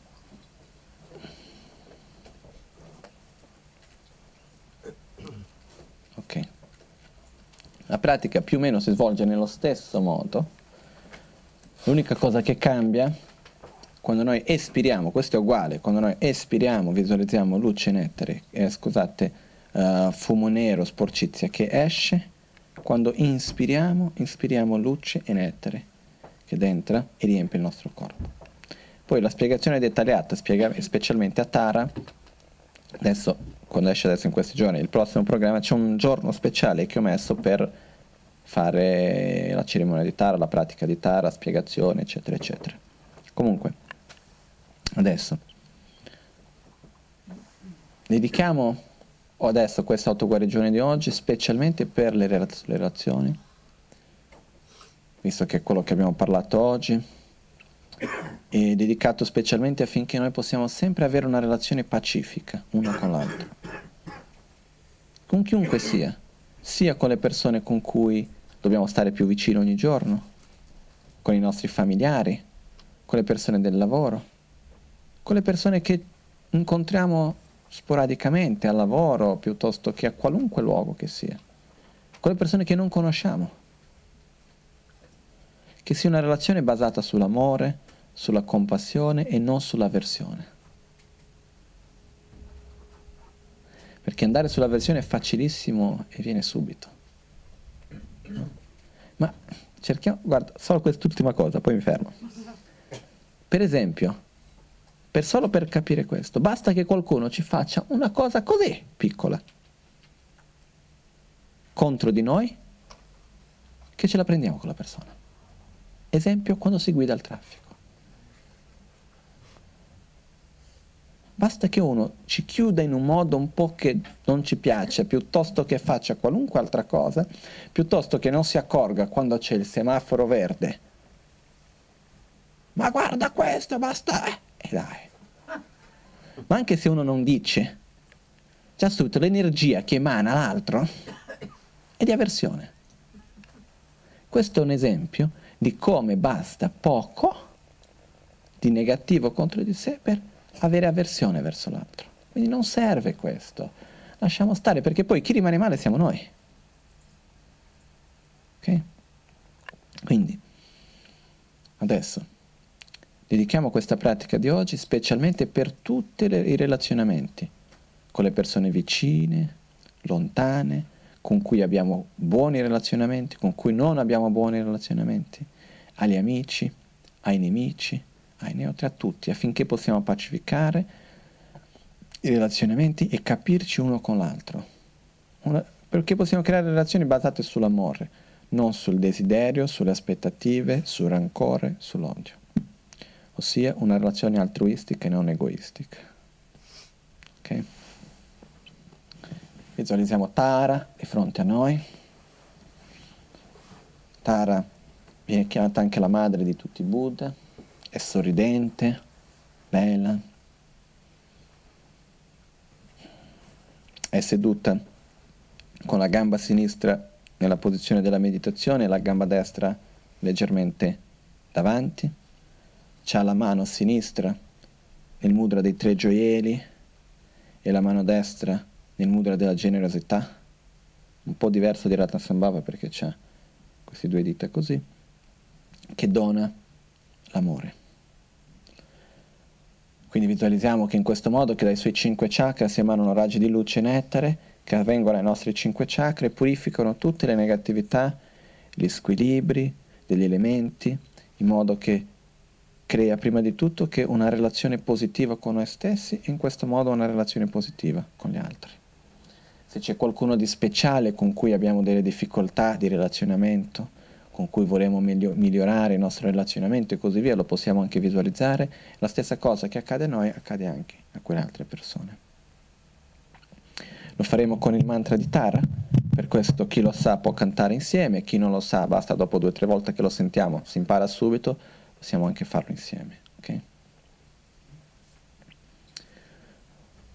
ok. La pratica più o meno si svolge nello stesso modo. L'unica cosa che cambia, quando noi espiriamo, questo è uguale, quando noi espiriamo, visualizziamo luce nettere, eh, scusate, uh, fumo nero, sporcizia che esce, quando inspiriamo, inspiriamo luce e nettere che entra e riempie il nostro corpo. Poi la spiegazione dettagliata, spiega, specialmente a Tara, adesso, quando esce adesso in questi giorni, il prossimo programma, c'è un giorno speciale che ho messo per fare la cerimonia di Tara, la pratica di Tara, spiegazione, eccetera, eccetera. Comunque, adesso, dedichiamo adesso questa autoguarigione di oggi specialmente per le, relaz- le relazioni, visto che è quello che abbiamo parlato oggi, è dedicato specialmente affinché noi possiamo sempre avere una relazione pacifica uno con l'altro, con chiunque sia, sia con le persone con cui dobbiamo stare più vicino ogni giorno, con i nostri familiari, con le persone del lavoro, con le persone che incontriamo sporadicamente al lavoro piuttosto che a qualunque luogo che sia, con le persone che non conosciamo. Che sia una relazione basata sull'amore, sulla compassione e non sull'avversione. Perché andare sull'avversione è facilissimo e viene subito. Ma cerchiamo, guarda, solo quest'ultima cosa, poi mi fermo. Per esempio, per solo per capire questo, basta che qualcuno ci faccia una cosa così piccola contro di noi, che ce la prendiamo con la persona. Esempio, quando si guida il traffico. Basta che uno ci chiuda in un modo un po' che non ci piace, piuttosto che faccia qualunque altra cosa, piuttosto che non si accorga quando c'è il semaforo verde. Ma guarda questo, basta! E eh, dai. Ma anche se uno non dice, già subito l'energia che emana l'altro è di avversione. Questo è un esempio di come basta poco di negativo contro di sé per avere avversione verso l'altro. Quindi non serve questo, lasciamo stare, perché poi chi rimane male siamo noi. Ok? Quindi, adesso, dedichiamo questa pratica di oggi specialmente per tutti i relazionamenti, con le persone vicine, lontane, con cui abbiamo buoni relazionamenti, con cui non abbiamo buoni relazionamenti, agli amici, ai nemici, ai neutri, a tutti, affinché possiamo pacificare i relazionamenti e capirci uno con l'altro. Una, perché possiamo creare relazioni basate sull'amore, non sul desiderio, sulle aspettative, sul rancore, sull'odio. Ossia una relazione altruistica e non egoistica. Ok? Visualizziamo Tara di fronte a noi. Tara viene chiamata anche la madre di tutti i Buddha, è sorridente, bella, è seduta con la gamba sinistra nella posizione della meditazione e la gamba destra leggermente davanti, c'ha la mano sinistra nel mudra dei tre gioielli e la mano destra nel mudra della generosità, un po' diverso di Ratnasambhava perché c'ha queste due dita così, che dona l'amore. Quindi visualizziamo che in questo modo che dai suoi cinque chakra si emanano raggi di luce e nettare che avvengono ai nostri cinque chakra e purificano tutte le negatività, gli squilibri degli elementi, in modo che crea prima di tutto che una relazione positiva con noi stessi e in questo modo una relazione positiva con gli altri. Se c'è qualcuno di speciale con cui abbiamo delle difficoltà di relazionamento, con cui vorremmo miglio- migliorare il nostro relazionamento e così via, lo possiamo anche visualizzare. La stessa cosa che accade a noi accade anche a quelle altre persone. Lo faremo con il mantra di Tara, per questo chi lo sa può cantare insieme, chi non lo sa basta dopo due o tre volte che lo sentiamo, si impara subito, possiamo anche farlo insieme. Okay?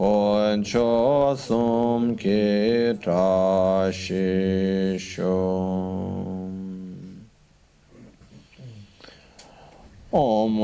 Koncho sum ki trashi shom. Om.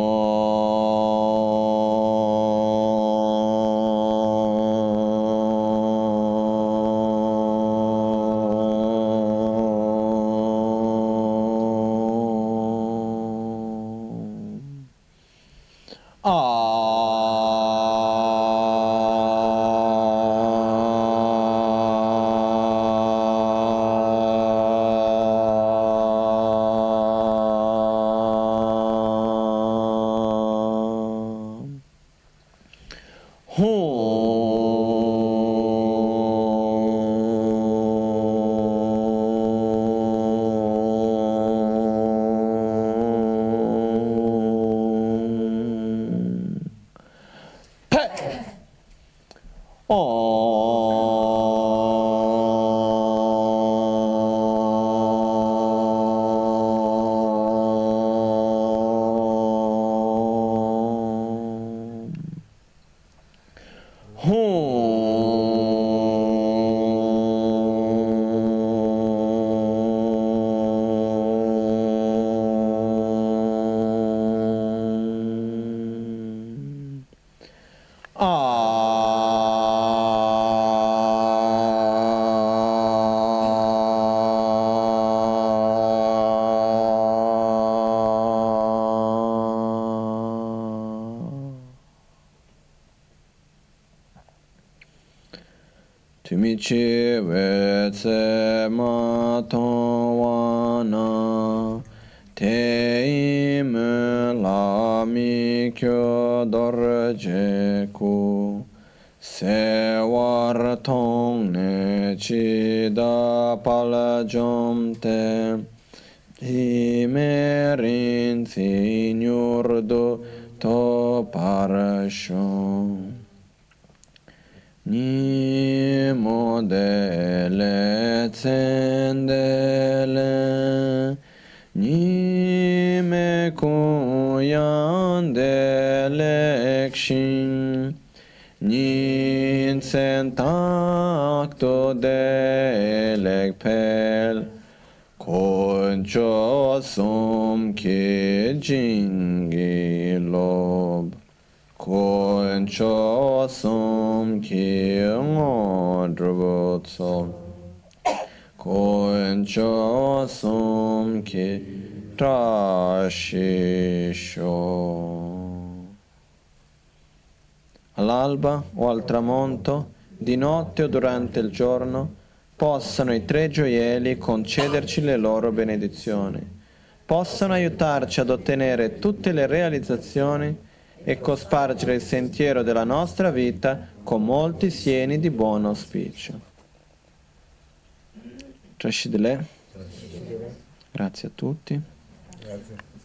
Tumichi vetse matavana te ime lami kyo dorje ku se war tong ne chi da palajom te imerin signor to parashom. Ni modele zendele, ni me kuyandele kshin, ni sentakto delek pel, koncho sum ki jingi lob. Koncho sum ki ngodrubotso, koncho sum ki trascisho. All'alba o al tramonto, di notte o durante il giorno, possano i tre gioielli concederci le loro benedizioni, possano aiutarci ad ottenere tutte le realizzazioni e cospargere il sentiero della nostra vita con molti sieni di buon auspicio. Trascidile. Grazie a tutti.
Grazie.